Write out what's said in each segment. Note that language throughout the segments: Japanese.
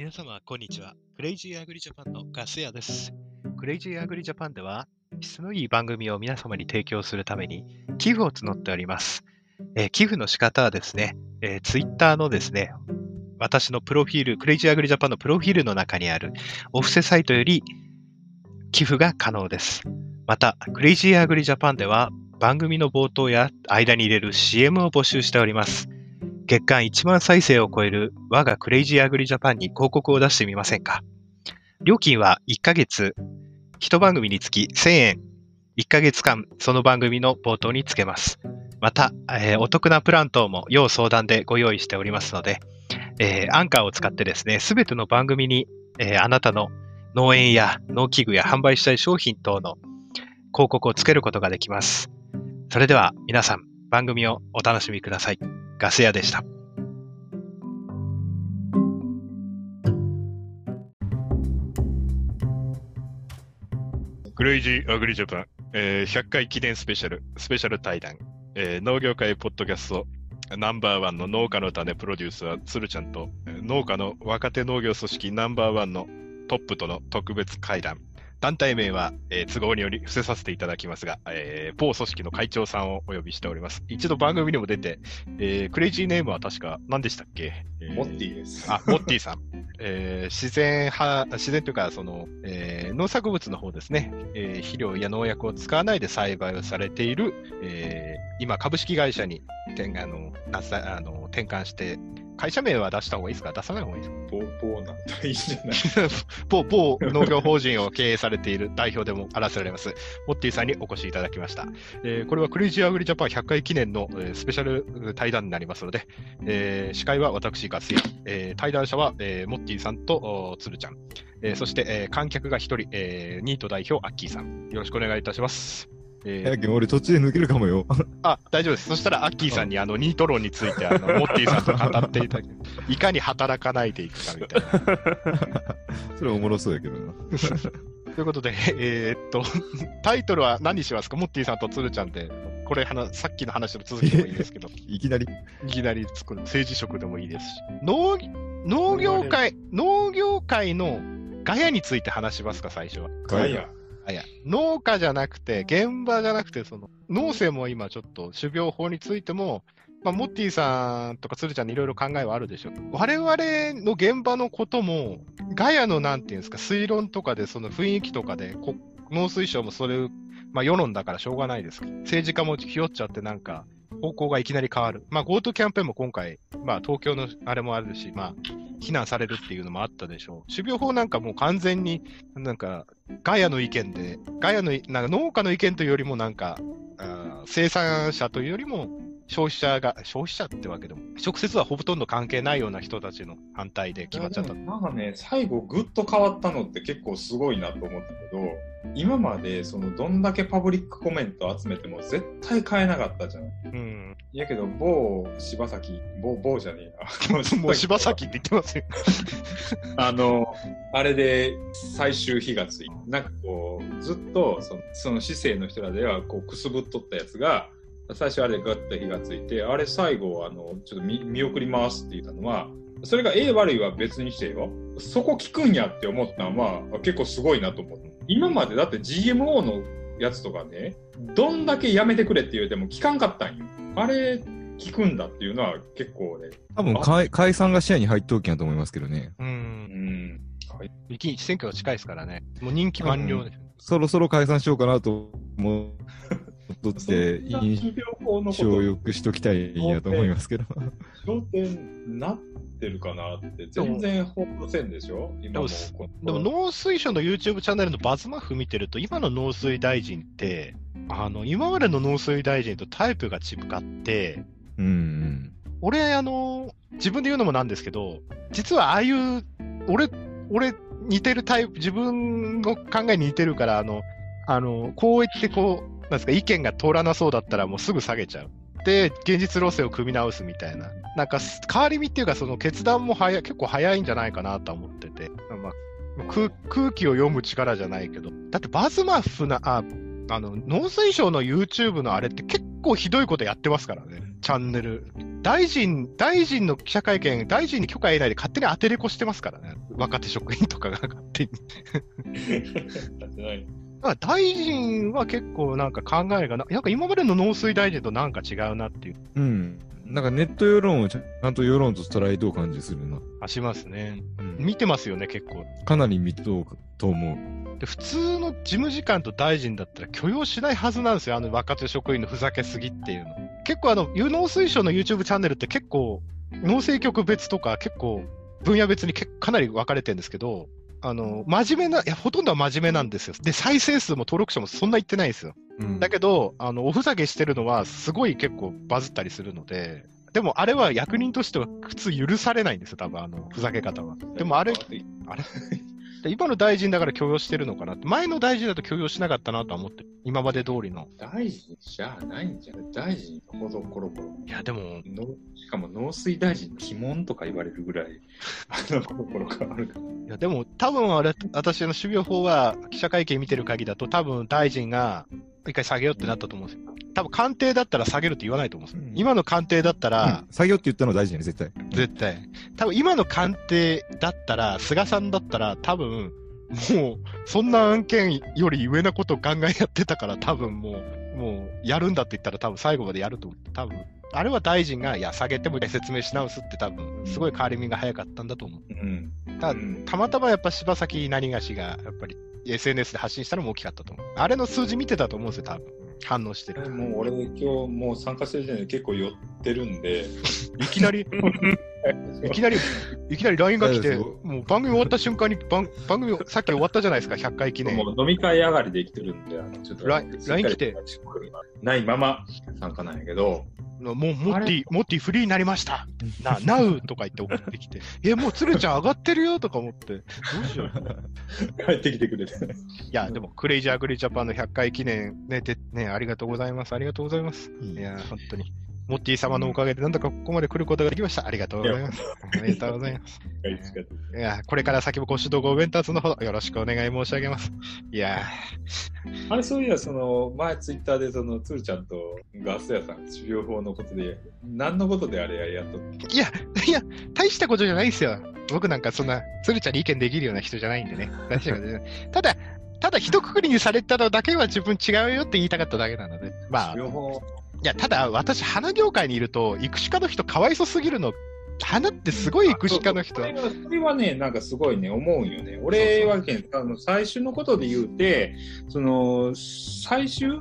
皆様、こんにちは。クレイジーアグリジャパンのガス屋です。クレイジーアグリジャパンでは、質のいい番組を皆様に提供するために、寄付を募っております。寄付の仕方はですね、ツイッターのですね、私のプロフィール、クレイジーアグリジャパンのプロフィールの中にあるお布施サイトより寄付が可能です。また、クレイジーアグリジャパンでは、番組の冒頭や間に入れる CM を募集しております。月間1万再生を超える我がクレイジーアグリジャパンに広告を出してみませんか？料金は1ヶ月、1番組につき1000円、1ヶ月間その番組の冒頭につけます。また、お得なプラン等も要相談でご用意しておりますので、アンカーを使ってですね、すべての番組に、あなたの農園や農機具や販売したい商品等の広告をつけることができます。それでは皆さん、番組をお楽しみください。ガス屋でした。クレイジーアグリジャパン、100回記念スペシャル対談、農業界ポッドキャストナンバーワンの農家の種プロデューサーつるちゃんと農家の若手農業組織ナンバーワンのトップとの特別会談。団体名は、都合により伏せさせていただきますが、某組織の会長さんをお呼びしております。一度番組にも出て、クレイジーネームは確か何でしたっけ？ モッティです。 モッティさん。自然というか、農作物の方ですね、肥料や農薬を使わないで栽培をされている、今、株式会社に転換して、会社名は出した方がいいですか？出さない方がいいですか？ 某なんていいんじゃない某農業法人を経営されている代表でもあらせられます、モッティさんにお越しいただきました。これはクレイジーアグリジャパン100回記念の、スペシャル対談になりますので、司会は私、ガス屋、対談者は、モッティさんとつるちゃん、そして、観客が1人、ニート代表、アッキーさん。よろしくお願いいたします。 俺途中で抜けるかもよ。 大丈夫です。そしたらアッキーさんにニート論についてモッティさんと語っていただき、いかに働かないでいくかみたいな。 それおもろそうやけどな。 ということで、タイトルは何にしますか？モッティさんとつるちゃんで。これさっきの話の続きでもいいですけど。 いきなり作る。政治職でもいいですし。農業界のガヤについて話しますか、最初は。 ガヤ。 農家じゃなくて、現場じゃなくて、農政も今ちょっと種苗法についても、モッティさんとかつるちゃんにいろいろ考えはあるでしょう。我々の現場のことも、ガヤのなんていうんですか、推論とかで、その雰囲気とかで、農水省もそれ、世論だからしょうがないですけど、政治家もひよっちゃってなんか、方向がいきなり変わる。GoTo キャンペーンも今回、東京のあれもあるし、非難されるっていうのもあったでしょう。種苗法なんかもう完全になんか、ガヤの意見で、なんか農家の意見というよりもなんか、生産者というよりも、消費者ってわけでも、直接はほとんど関係ないような人たちの反対で決まっちゃった。 なんかね、最後ぐっと変わったのって結構すごいなと思ったけど、今までどんだけパブリックコメント集めても絶対変えなかったじゃん。やけど、某じゃねえな。 もう柴崎って言ってますよ。 あれで最終火がついて、なんかずっとその市政の人らではくすぶっとったやつが、最初あれでガッと火がついて、あれ最後ちょっと見送りますって言ったのは、それが悪いは別にしてよ。そこ聞くんやって思ったのは結構すごいなと思った。今までだって GMO のやつとかね、どんだけやめてくれって言うても聞かんかったんよ。あれ聞くんだっていうのは結構ね。 多分解散が視野に入っておきやと思いますけどね。 選挙が近いですからね。もう任期満了です。 そろそろ解散しようかなと思って印象をよくしときたいなと思いますけど。 焦点なってるかなって全然報道せんでしょ。今もでも農水省の YouTube チャンネルのバズマフ見てると、今の農水大臣って今までの農水大臣とタイプが違って、俺自分で言うのもなんですけど、実はああいう俺似てるタイプ、自分の考えに似てるから、こう言ってなんですか、意見が通らなそうだったらもうすぐ下げちゃう。で、現実路線を組み直すみたいな。なんか、変わり身っていうか、その決断も結構早いんじゃないかなと思ってて。空気を読む力じゃないけど。だってバズマフ農水省の YouTube のあれって結構ひどいことやってますからね。チャンネル。 大臣の記者会見、大臣に許可得ないで勝手に当てれこしてますからね。若手職員とかが勝手に。だから大臣は結構なんか考えがなんか今までの農水大臣となんか違うなっていう。 うん。なんかネット世論をちゃんと世論と捉えどう感じするな。 しますね。 うん、 見てますよね、結構。 かなり見とうと思う。 で、普通の事務次官と大臣だったら許容しないはずなんですよ。若手職員のふざけすぎっていうの。結構農水省の YouTube チャンネルって結構、農政局別とか結構、分野別にかなり分かれてるんですけど、真面目な、いや、ほとんどは真面目なんですよ。で、再生数も登録者もそんな言ってないんですよ。 うん、 だけど、おふざけしてるのはすごい結構バズったりするので、でもあれは役人としては普通許されないんですよ、多分ふざけ方は。でもあれ今の大臣だから許容してるのかなって。前の大臣だと許容しなかったなとは思ってる。今まで通りの。 大臣じゃないんじゃない大臣ほどコロコロ。 いや、でも。 しかも農水大臣、鬼門とか言われるぐらい、コロコロ変わるから。いや、でも多分私の種苗法は記者会見見てる限りだと多分大臣が一回下げようってなったと思うんですよ。多分官邸だったら下げるって言わないと思うんですよ。今の官邸だったら、 下げようって言ったの大臣ね、絶対。 絶対。多分今の官邸だったら、菅さんだったら多分、もう、そんな案件より上なことを考えやってたから、多分もう、やるんだって言ったら多分最後までやると思って、多分、あれは大臣が、いや、下げても説明し直すって多分、すごい変わり身が早かったんだと思う。たまたまやっぱ柴崎何がしが、やっぱり SNS で発信したのも大きかったと思う。あれの数字見てたと思うんですよ、多分。反応してる。 もう俺今日もう参加してる時点で結構寄ってるんで。 いきなり LINE が来て、もう番組終わった瞬間に番組さっき終わったじゃないですか、100回記念。 もう飲み会上がりで生きてるんで、ちょっと LINE 来て。 ないまま参加なんやけど。 もうモッティフリーになりました。ナウとか言って送ってきて。もう鶴ちゃん上がってるよとか思って。どうしよう。 帰ってきてくれて。いや、でもクレイジーアグリジャパンの100回記念ね、ありがとうございます。ありがとうございます。いや、本当に。モッティ様のおかげでなんとかここまで来ることができました。ありがとうございます。ありがとうございます。いや、これから先もご指導ご鞭達のほどよろしくお願い申し上げます。いやあれ、そういや、前ツイッターでつるちゃんとガス屋さん、治療法のことで、何のことであれやっといや、大したことじゃないですよ。僕なんかそんな、つるちゃんに意見できるような人じゃないんでね。ただ一括りにされたのだけは自分違うよって言いたかっただけなので。まあ。いや、ただ私、花業界にいると、育種家の人かわいそすぎるの。花ってすごい育種家の人。 それはね、なんかすごいね、思うんよね。俺は最終のことで言うて、最終、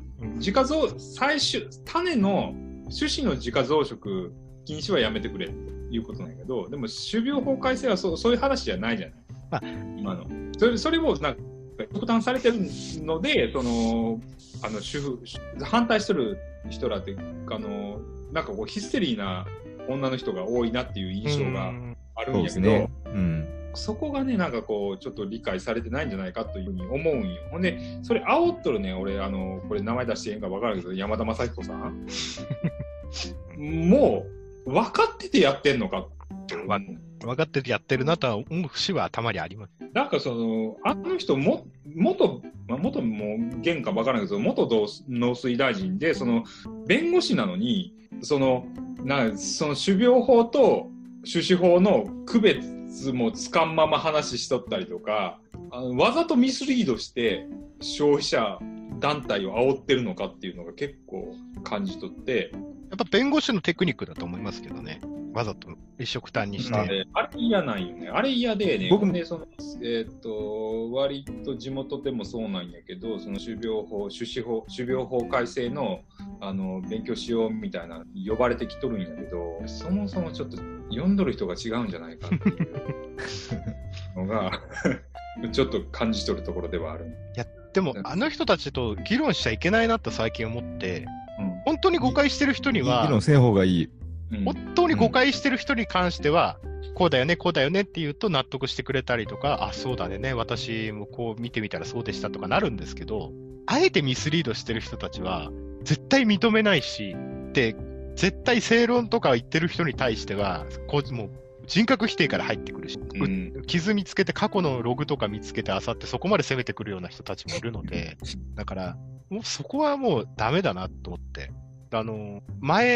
種の種子の自家増殖禁止はやめてくれということなんやけど、でも種苗法改正はそういう話じゃないじゃない。まあ、今の。それをなんか、負担されてるので、反対してる人らって、なんかこうヒステリーな女の人が多いなっていう印象があるんやけど、 ね、 そこがね、なんかこう、ちょっと理解されてないんじゃないかというふうに思うんよ。ほんで、それ煽っとるね、俺、これ名前出していいんか分からんけど、山田雅彦さんもう、分かっててやってんのか分かっててやってるなとは思う節はたまにあります。 なんかあの人元も現か分からないけど、元農水大臣で、弁護士なのに、種苗法と種子法の区別もつかんまま話しとったりとか、わざとミスリードして消費者団体を煽ってるのかっていうのが結構感じ取って。 やっぱ弁護士のテクニックだと思いますけどね。わざと一緒くたんにして。 あれ嫌なんよね。あれ嫌でね、僕ね、割と地元でもそうなんやけど、種苗法改正の、勉強しようみたいな呼ばれてきとるんやけど、そもそもちょっと読んどる人が違うんじゃないかっていうのが、ちょっと感じ取るところではある。 いや、でも、あの人たちと議論しちゃいけないなと最近思って、本当に誤解してる人には、 議論せん方がいい。 本当に誤解してる人に関しては、こうだよね、こうだよねって言うと納得してくれたりとか、あ、そうだね、私もこう見てみたらそうでしたとかなるんですけど、あえてミスリードしてる人たちは、絶対認めないし、で、絶対正論とか言ってる人に対しては、もう人格否定から入ってくるし、傷見つけて過去のログとか見つけて漁ってそこまで攻めてくるような人たちもいるので、だから、もうそこはもうダメだなと思って。前、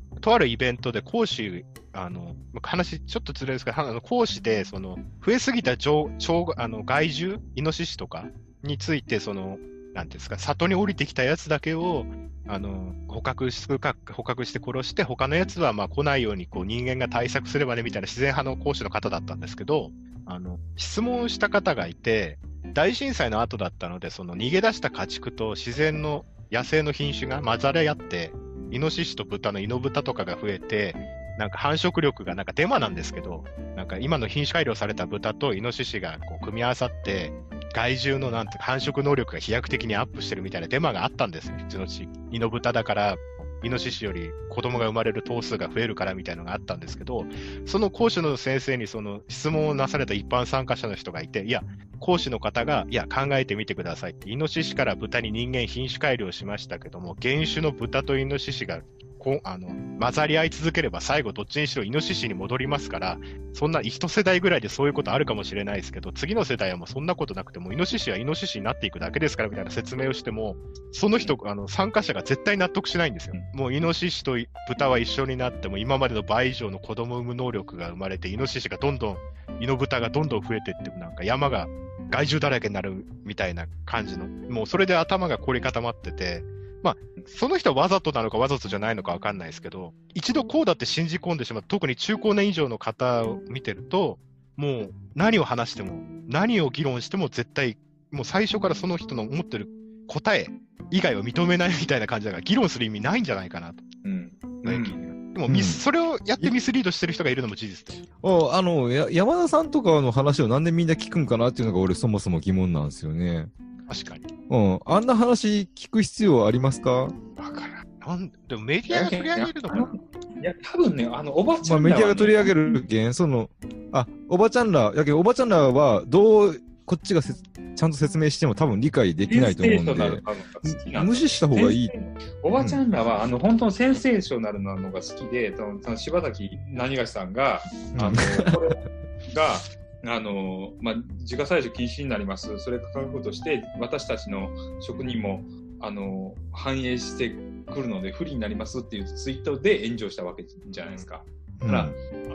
とあるイベントで講師、話ちょっとずれるんですけど、講師で、増えすぎた害獣、イノシシとかについて、なんていうんですか、里に降りてきたやつだけを、捕獲して殺して、他のやつはまあ来ないようにこう人間が対策すればねみたいな自然派の講師の方だったんですけど、質問した方がいて、大震災の後だったので、逃げ出した家畜と自然の野生の品種が混ざり合って、イノシシと豚のイノブタとかが増えて、なんか繁殖力がなんかデマなんですけど、なんか今の品種改良された豚とイノシシがこう組み合わさって、害獣のなんて繁殖能力が飛躍的にアップしてるみたいなデマがあったんですよ。うちの地域。イノブタだから、イノシシより子供が生まれる頭数が増えるからみたいなのがあったんですけど、その講師の先生に質問をなされた一般参加者の人がいて、いや、講師の方が、いや、考えてみてくださいって、イノシシから豚に人間品種改良しましたけども、原種の豚とイノシシが混ざり合い続ければ最後どっちにしろイノシシに戻りますから、そんな一世代ぐらいでそういうことあるかもしれないですけど、次の世代はもうそんなことなくてもイノシシはイノシシになっていくだけですからみたいな説明をしても、その人、参加者が絶対納得しないんですよ。もうイノシシと豚は一緒になっても今までの倍以上の子供を産む能力が生まれて、イノシシがどんどん、イノブタがどんどん増えていって、なんか山が害獣だらけになるみたいな感じの、もうそれで頭が凝り固まってて、まあ、その人はわざとなのかわざとじゃないのかわかんないですけど、一度こうだって信じ込んでしまう、特に中高年以上の方を見てると、もう何を話しても、何を議論しても絶対、もう最初からその人の思ってる答え以外は認めないみたいな感じだから、議論する意味ないんじゃないかなと。でもそれをやってミスリードしてる人がいるのも事実で。 山田さんとかの話をなんでみんな聞くんかなっていうのが俺そもそも疑問なんですよね。 確かに。 あんな話聞く必要ありますか？ わからん。でもメディアが取り上げるのかな？ いや、多分ね、おばちゃんらは、ね、 メディアが取り上げるけん、おばちゃんら、やけおばちゃんらは、こっちがちゃんと説明しても多分理解できないと思うんで、無視した方がいい。 おばちゃんらは、本当のセンセーショナルなのが好きで、柴崎何がしさんが、これが、自家採取禁止になります。それが価格として、私たちの職人も、反映してくるので不利になりますっていうツイートで炎上したわけじゃないですか。だから、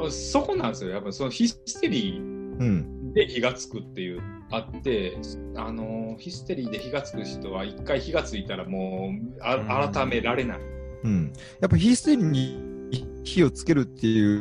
そこなんですよ。やっぱりそのヒステリーで火がつくっていう、あって、ヒステリーで火がつく人は一回火がついたらもう改められない。 やっぱヒステリーに火をつけるっていう、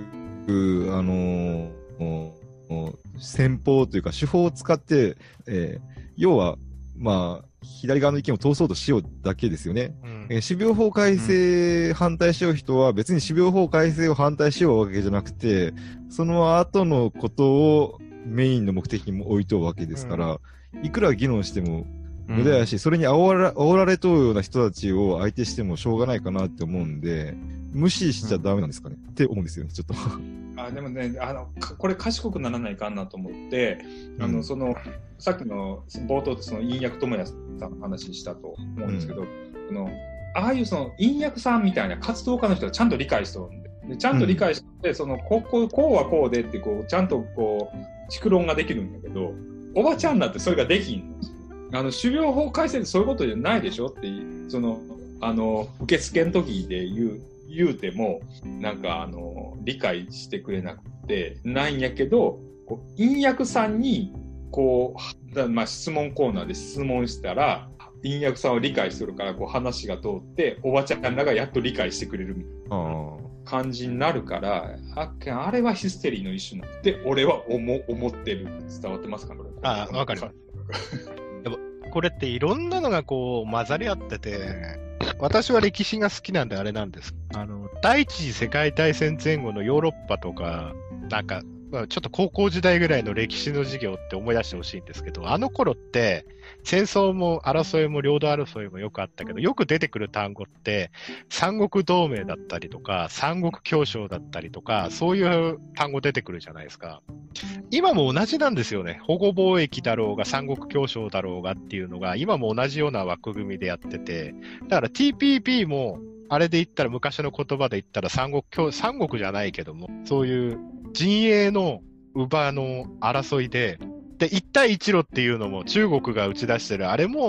戦法というか手法を使って、要は、左側の意見を通そうとしようだけですよね。種苗法改正反対しよう人は別に種苗法改正を反対しようわけじゃなくて、その後のことをメインの目的に置いとうわけですから、いくら議論しても無駄やし、それに煽られとうような人たちを相手してもしょうがないかなって思うんで、無視しちゃダメなんですかね、って思うんですよね、ちょっと。 でもね、これ賢くならないかなと思って、さっきの冒頭でその陰薬智也さんの話したと思うんですけど、ああいうその陰薬さんみたいな活動家の人がちゃんと理解してるんで、ちゃんと理解して、こうはこうでってちゃんと蓄論ができるんだけど、おばちゃんだってそれができんの。種苗法改正ってそういうことじゃないでしょって、受付の時で言うても、なんか理解してくれなくて、ないんやけど、陰薬さんに、質問コーナーで質問したら、陰薬さんを理解するから、話が通って、おばちゃんらがやっと理解してくれるみたいな感じになるから、あれはヒステリーの一種なんで、俺は思ってる。伝わってますか？これ。 わかります。でも、これっていろんなのが混ざり合ってて、私は歴史が好きなんであれなんです。第一次世界大戦前後のヨーロッパとか、なんか、ちょっと高校時代ぐらいの歴史の授業って思い出してほしいんですけど、あの頃って戦争も争いも領土争いもよくあったけど、よく出てくる単語って三国同盟だったりとか三国協商だったりとか、そういう単語出てくるじゃないですか。今も同じなんですよね。保護貿易だろうが三国協商だろうがっていうのが今も同じような枠組みでやってて、だから TPP もあれで言ったら昔の言葉で言ったら三国じゃないけども、そういう陣営の奪の争いで、一帯一路っていうのも中国が打ち出してる、あれも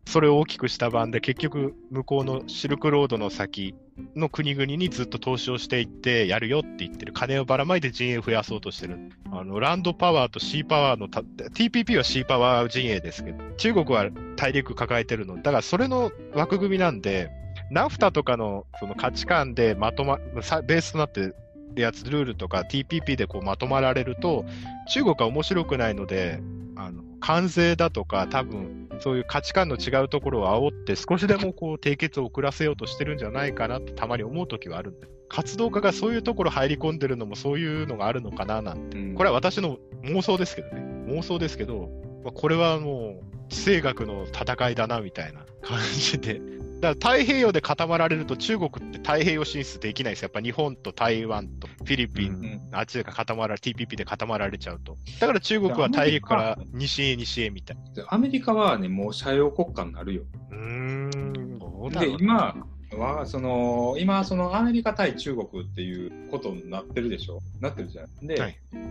それを大きくした版で、結局、向こうのシルクロードの先の国々にずっと投資をしていって、やるよって言ってる、金をばらまいて陣営を増やそうとしてる。ランドパワーとシーパワーのTPP はシーパワー陣営ですけど、中国は大陸抱えてるの。だからそれの枠組みなんで、ナフタとかのその価値観でベースとなってるやつ、ルールとか TPP でこうまとまられると、中国は面白くないので、関税だとか、多分そういう価値観の違うところを煽って、少しでもこう締結を遅らせようとしてるんじゃないかなってたまに思うときはあるんで、活動家がそういうところ入り込んでるのもそういうのがあるのかななんて、これは私の妄想ですけどね、妄想ですけど、これはもう地政学の戦いだなみたいな感じで。だから太平洋で固まられると中国って太平洋進出できないです。やっぱ日本と台湾とフィリピン、あっちでTPP で固まられちゃうと。だから中国は大陸から西へみたいな。 アメリカはね、もう斜陽国家になるよ。 どうだろうね。 で、今そのアメリカ対中国っていうことになってるでしょ。なってるじゃん。で、はい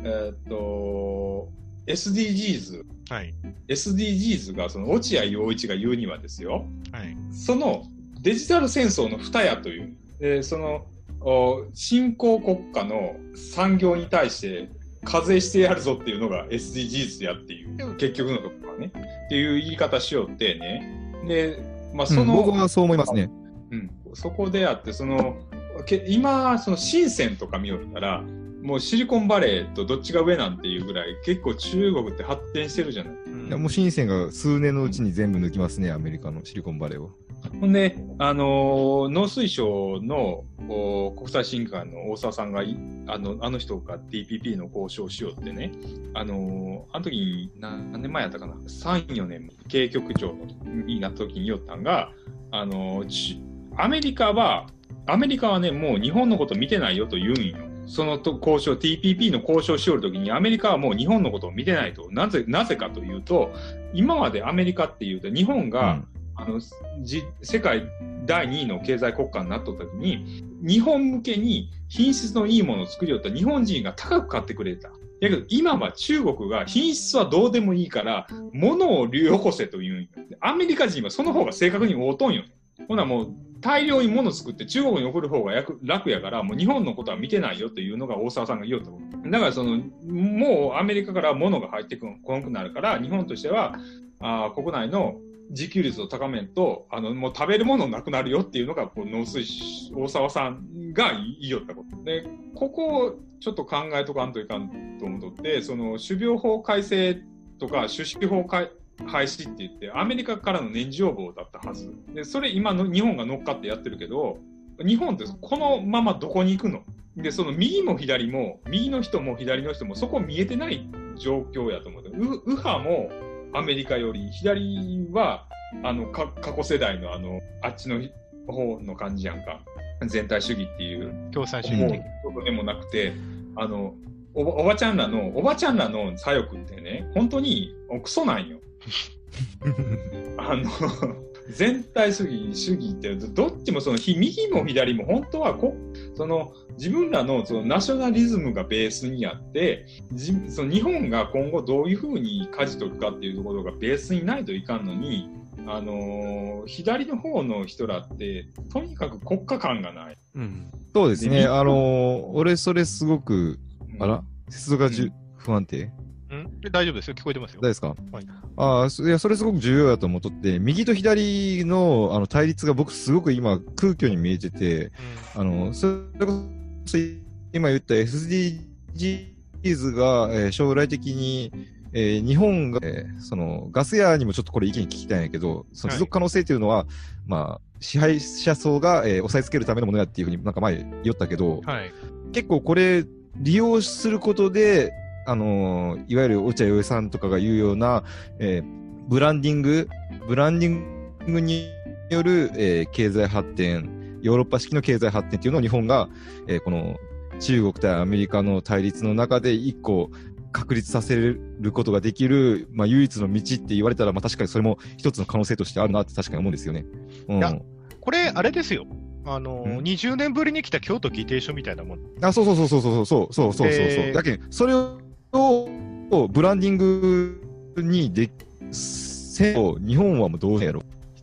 、SDGs、はい、SDGs がその落合陽一が言うにはですよ、はい、そのデジタル戦争の二矢という、その新興国家の産業に対して課税してやるぞっていうのが SDGs やっていう、結局のところはねっていう言い方しようってね。で、まあ僕はそう思いますね。 そこであって今その深センとか見よったら。もうシリコンバレーとどっちが上なんていうぐらい結構中国って発展してるじゃない。 いやもう深センが数年のうちに全部抜きますね、アメリカのシリコンバレーを。 ほんで、農水省の国際審議官の大沢さんがあの人が TPP の交渉しようってね、あの時に何年前やったかな、3、4年経営局長になった時に言ったんが、アメリカはね、もう日本のこと見てないよと言うんよ。その交渉、TPP の交渉しよるときにアメリカはもう日本のことを見てないと。なぜかというと、今までアメリカっていうと日本が、世界第2位の経済国家になったときに、日本向けに品質のいいものを作りよった日本人が高く買ってくれた。だけど今は中国が品質はどうでもいいから、物をよこせというんよ。アメリカ人はその方が正確に応とんよ。ほなもう大量に物作って中国に送る方が楽やから、もう日本のことは見てないよというのが大沢さんが言おうと思う。だからもうアメリカから物が入ってこなくなるから、日本としては国内の自給率を高めんと、もう食べるものなくなるよっていうのが大沢さんが言いよったこと。で、ここをちょっと考えとかんといかんと思って、種苗法改正とか種子法廃止って言ってアメリカからの年次要望だったはずで、それ今の日本が乗っかってやってるけど、日本ってこのままどこに行くので、その右も左も右の人も左の人もそこ見えてない状況やと思う。右派もアメリカより、左は過去世代のあっちの方の感じやんか。全体主義っていう共産主義的でもなくて、おばちゃんらの左翼ってね、本当にクソなんよ。全体主義ってどっちも右も左も本当は自分らのナショナリズムがベースにあって、日本が今後どういうふうに舵取るかっていうところがベースにないといかんのに、左の方の人らってとにかく国家感がない。 そうですね。俺それすごく接続が不安定。 大丈夫ですよ。聞こえてますよ。 大丈夫ですか？はい。いや、それすごく重要だと思っとって、右と左の対立が僕すごく今空虚に見えてて、それこそ今言った SDGs が、将来的に、日本が、ガス屋にもちょっとこれ意見聞きたいんやけど、持続可能性というのは、まあ、支配者層が、押さえつけるためのものやっていうふうになんか前言ったけど、結構これ利用することで、いわゆる落合陽一さんとかが言うような、ブランディングによる、経済発展、ヨーロッパ式の経済発展っていうのを日本が、この中国対アメリカの対立の中で一個確立させることができる、まあ、唯一の道って言われたら、まあ、確かにそれも一つの可能性としてあるなって確かに思うんですよね。 いや、これ、あれですよ。20年ぶりに来た京都議定書みたいなもん。 そう。だけど、それをブランディングに日本はもうどうやろう。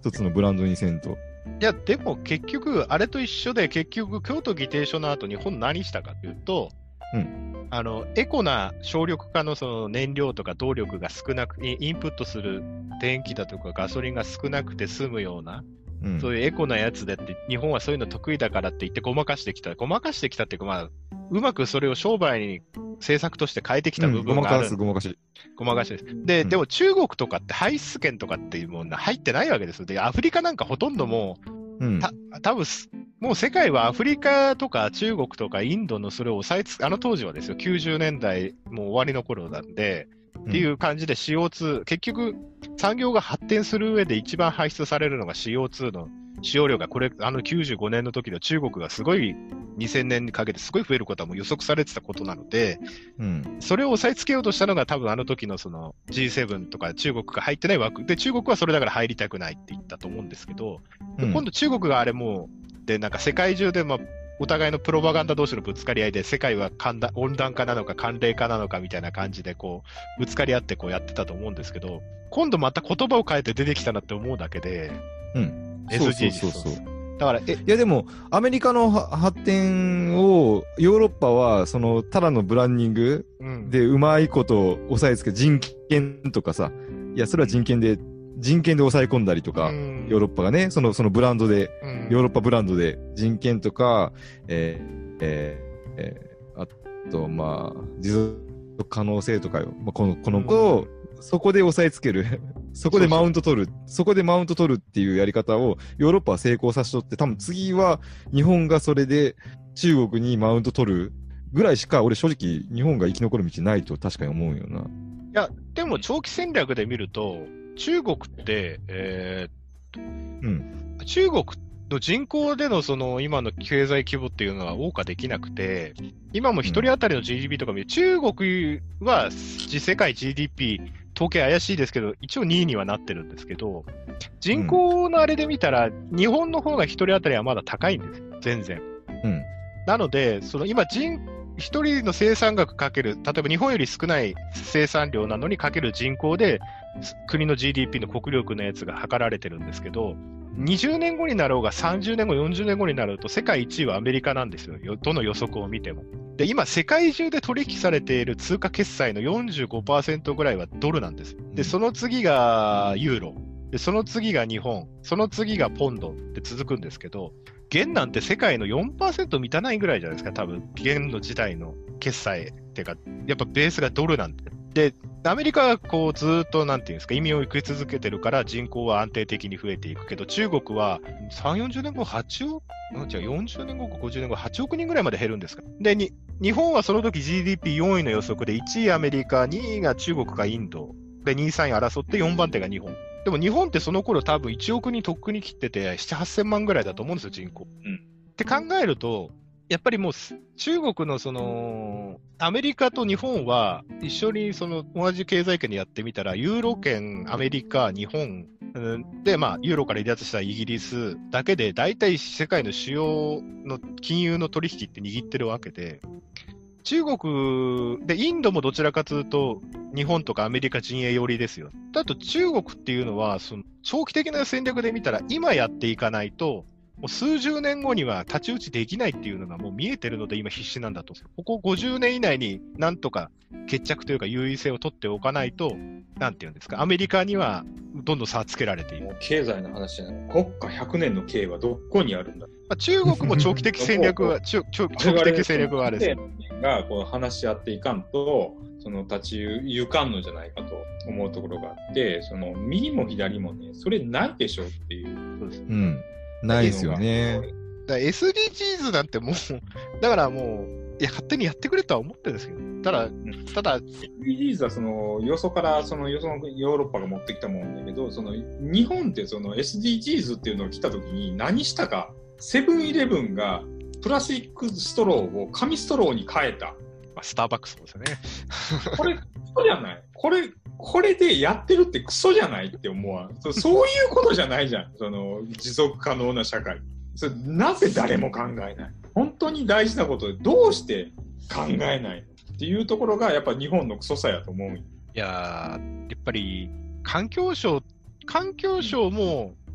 一つのブランドにせんと。 いや、でも結局、あれと一緒で、結局、京都議定書の後、日本何したかというと、エコな省力化のその燃料とか動力が少なく、インプットする電気だとかガソリンが少なくて済むような、そういうエコなやつでって、日本はそういうの得意だからって言ってごまかしてきた。ごまかしてきたっていうか、まあ、うまくそれを商売に政策として変えてきた部分がある。 ごまかし。 ごまかしです。で、でも中国とかって排出権とかっていうもの入ってないわけですよ。で、アフリカなんかほとんどもう、多分もう世界はアフリカとか中国とかインドのそれを抑えつ、あの当時はですよ、90年代もう終わりの頃なんで、っていう感じで CO2、結局産業が発展する上で一番排出されるのが CO2 の使用量が、これ、95年の時の中国がすごい2000年にかけてすごい増えることはもう予測されてたことなので、それを抑えつけようとしたのが多分あの時のその G7 とか中国が入ってない枠で、中国はそれだから入りたくないって言ったと思うんですけど、今度中国があれもう、で、なんか世界中でお互いのプロパガンダ同士のぶつかり合いで、世界は温暖化なのか寒冷化なのかみたいな感じでこう、ぶつかり合ってこうやってたと思うんですけど、今度また言葉を変えて出てきたなって思うだけで、SDGs。だから、いやでも、アメリカの発展を、ヨーロッパは、その、ただのブランディングでうまいこと抑えつけ、人権とかさ、いや、それは人権で抑え込んだりとか、ヨーロッパがね、そのブランドで、ヨーロッパブランドで人権とか、あと、まあ、持続可能性とかよ。まあ、この子を、そこで抑えつける。そこでマウント取る。そこでマウント取るっていうやり方をヨーロッパは成功させとって、多分次は日本がそれで中国にマウント取るぐらいしか、俺正直日本が生き残る道ないと確かに思うよな。いや、でも長期戦略で見ると、中国って、中国の人口でのその今の経済規模っていうのは謳歌できなくて、今も一人当たりの GDP とか見る、中国は世界 GDP、統計怪しいですけど、一応2位にはなってるんですけど、人口のあれで見たら、日本の方が一人当たりはまだ高いんですよ、全然。なので、その今一人の生産額かける、例えば日本より少ない生産量なのにかける人口で、国の GDP の国力のやつが測られてるんですけど、20年後になろうが30年後、40年後になると世界1位はアメリカなんですよ。どの予測を見ても。で、今世界中で取引されている通貨決済の 45% ぐらいはドルなんです。で、その次がユーロ。で、その次が日本。その次がポンドって続くんですけど、元なんて世界の 4% 満たないぐらいじゃないですか、多分。元の時代の決済っていうか、やっぱベースがドルなんで。で、アメリカはこうずっとなんていうんですか、移民を受け続けてるから人口は安定的に増えていくけど、中国は3、40年後40年後か50年後8億人ぐらいまで減るんですか。で、日本はその時 GDP4 位の予測で1位アメリカ、2位が中国かインド、で2位、3位争って4番手が日本。でも日本ってその頃多分1億人とっくに切ってて7、8000万ぐらいだと思うんですよ、人口。って考えると、やっぱりもう中国のそのアメリカと日本は一緒にその同じ経済圏でやってみたら、ユーロ圏、アメリカ、日本で、まあ、ユーロから離脱したイギリスだけで、大体世界の主要の金融の取引って握ってるわけで、中国で、インドもどちらかというと、日本とかアメリカ陣営寄りですよ。だと中国っていうのは、その長期的な戦略で見たら、今やっていかないと、もう数十年後には太刀打ちできないっていうのがもう見えてるので、今必死なんだと。ここ50年以内になんとか決着というか優位性を取っておかないと、なんていうんですか、アメリカにはどんどん差つけられている。 経済の話じゃない。国家100年の経はどこにあるんだ。 まあ、中国も長期的戦略は、長期的戦略はあれです。 がこう話し合っていかんと、その立ち行かんのじゃないかと思うところがあって、その右も左もね、それないでしょっていう。そうですね。 ないですよね。 だから SDGs なんてもう、だからもう、いや、勝手にやってくれとは思ってるんですけど、ただ、 SDGs はその、よそから、その、ヨーロッパが持ってきたもんだけど、その、日本ってその SDGs っていうのが来た時に何したか、セブンイレブンがプラスチックストローを紙ストローに変えた。 まあ、スターバックスもですよね。 これ、クソじゃない。これでやってるってクソじゃないって思わん。そういうことじゃないじゃん。その、持続可能な社会。それなぜ誰も考えない。本当に大事なことでどうして考えないっていうところがやっぱ日本のクソさやと思う。 いやー、やっぱり環境省も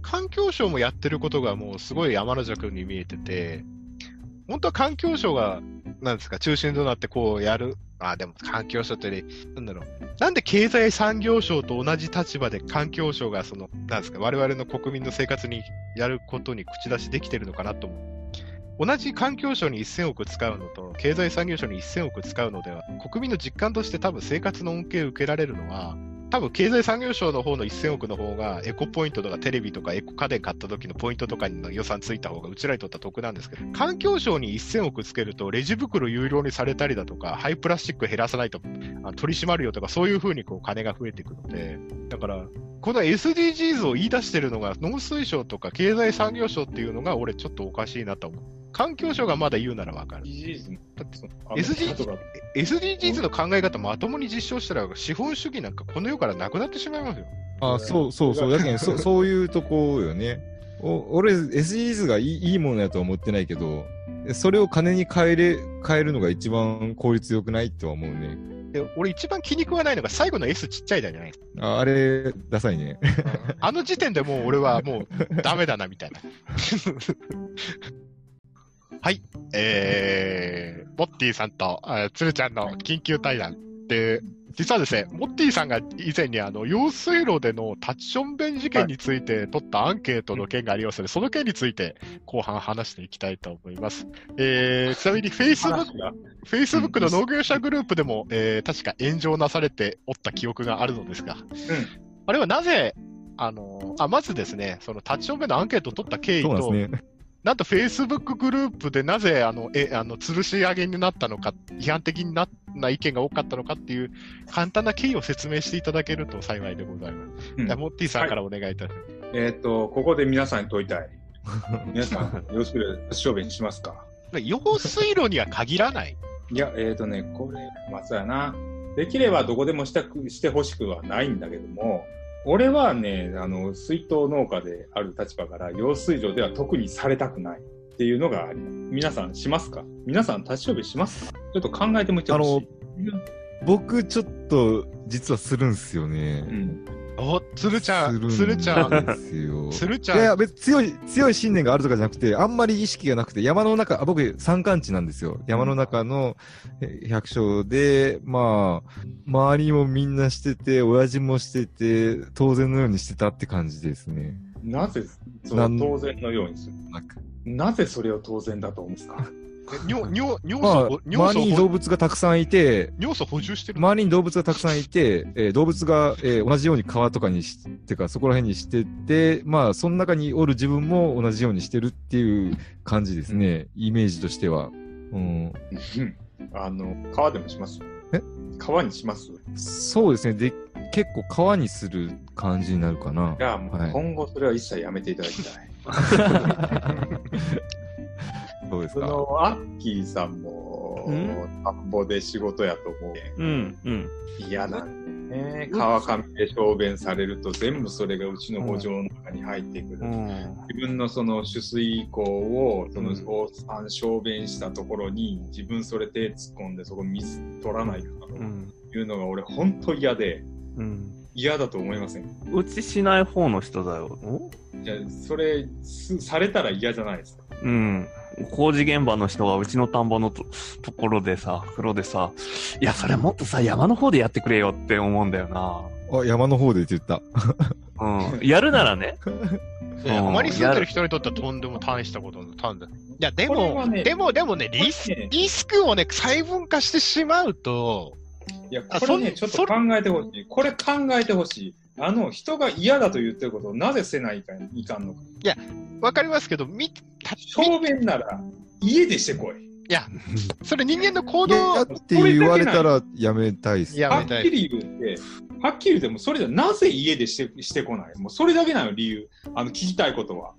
環境省もやってることがもうすごい天の弱に見えてて、本当は環境省が、なんですか、中心となってこうやる。でも環境省ってね、なんだろう。なんで経済産業省と同じ立場で環境省がなんですか、我々の国民の生活にやることに口出しできてるのかなと思う。同じ環境省に1000億使うのと、経済産業省に1000億使うのでは、国民の実感として多分生活の恩恵を受けられるのは、多分経済産業省の方の1000億の方がエコポイントとかテレビとかエコ家電買った時のポイントとかの予算ついた方がうちらにとっては得なんですけど、環境省に1000億つけるとレジ袋有料にされたりだとか、廃プラスチック減らさないと取り締まるよとか、そういう風にこう金が増えていくので、だからこの SDGs を言い出してるのが農水省とか経済産業省っていうのが俺ちょっとおかしいなと思う。環境省がまだ言うならわかる。SDGs の考え方まともに実証したら資本主義なんかこの世からなくなってしまいますよ。 そう。だけどそういうとこよね。俺、SDGs がいいものやとは思ってないけど、それを金に変えるのが一番効率よくないとは思うね。 俺一番気に食わないのが最後の S ちっちゃいだじゃないですか。 あれ、ダサいね。 あの時点でもう俺はもうダメだなみたいな。はい。モッティさんとつるちゃんの緊急対談で、実はですね、モッティさんが以前に用水路でのタッチション弁事件について取ったアンケートの件がありますので、その件について後半話していきたいと思います。ちなみに Facebook の農業者グループでも、確か炎上なされておった記憶があるのですが、あれはなぜ、まずですね、そのタッチション弁のアンケートを取った経緯と、なんと Facebook グループでなぜ吊るし上げになったのか、批判的な意見が多かったのかっていう簡単な経緯を説明していただけると幸いでございます。モッティさんからお願いいたします。 ここで皆さんに問いたい。皆さん、用水路で小便しますか？ 用水路には限らない。 いや、これ、そうやな。できればどこでもしてほしくはないんだけども、俺はね、水筒農家である立場から、用水路では特にされたくないっていうのがあります。皆さんしますか？皆さん立ち小便しますか？ちょっと考えてみてほしい。 僕ちょっと実はするんすよね。 つるちゃん。 するんですよ。いや、別に強い信念があるとかじゃなくて、あんまり意識がなくて、山の中、僕山間地なんですよ。山の中の百姓で、周りもみんなしてて、親父もしてて、当然のようにしてたって感じですね。 なぜその当然のようにする？なぜそれを当然だと思うんですか？ 周りに動物がたくさんいて、 尿素補充してる。 周りに動物がたくさんいて、動物が、同じように川とかにてかそこら辺にしてて、その中におる自分も同じようにしてるっていう感じですね、イメージとしては。 川でもします？川にします？ そうですね。結構川にする感じになるかな。 いや、もう今後それは一切やめていただきたい。 そうですか。 アッキーさんも田んぼで仕事やと思う。嫌なんだね。川上で小便されると全部それがうちの圃場の中に入ってくる。自分のその取水口をその小便したところに自分それ手突っ込んでそこ水取らないかというのが俺本当嫌で。嫌だと思いません？ うちしない方の人だよ。 じゃあそれされたら嫌じゃないですか？ 工事現場の人がうちの田んぼの ところでさ、風呂でさ、いや、それもっとさ、山の方でやってくれよって思うんだよな。 山の方でって言った。 やるならね。 あまり住んでる人にとってはとんでも大したことの単だ。いや、でもね、リスクをね、細分化してしまうと、 いや、これね、ちょっと考えてほしい。これ考えてほしい。人が嫌だと言ってることをなぜせないかいかんのか。いや、わかりますけど、 小便なら家でしてこい。 いや、それ人間の行動って言われたらやめたいっす。 はっきり言ってもそれじゃなぜ家でしてこない？もうそれだけなの理由。聞きたいことは。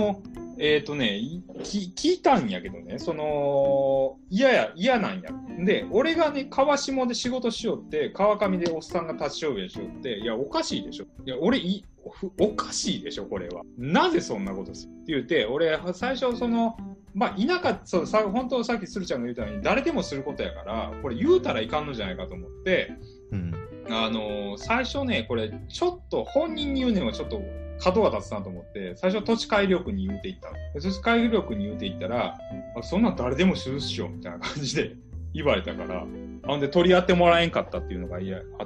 聞いたんやけどね、嫌なんや。で、俺がね、川下で仕事しよって、川上でおっさんが立ち小便しよって、いや、おかしいでしょ。いや、おかしいでしょ、これは。なぜそんなことするって言って、俺、最初、田舎、本当さっき鶴ちゃんが言ったように、誰でもすることやから、これ言うたらいかんのじゃないかと思って、最初ね、これ、ちょっと本人に言うのはちょっと角が立つなと思って、最初土地改良区に言うていったの。で土地改良区に言うていったら、そんなん誰でもするっしょみたいな感じで言われたから、で取り合ってもらえんかったっていうのがあって、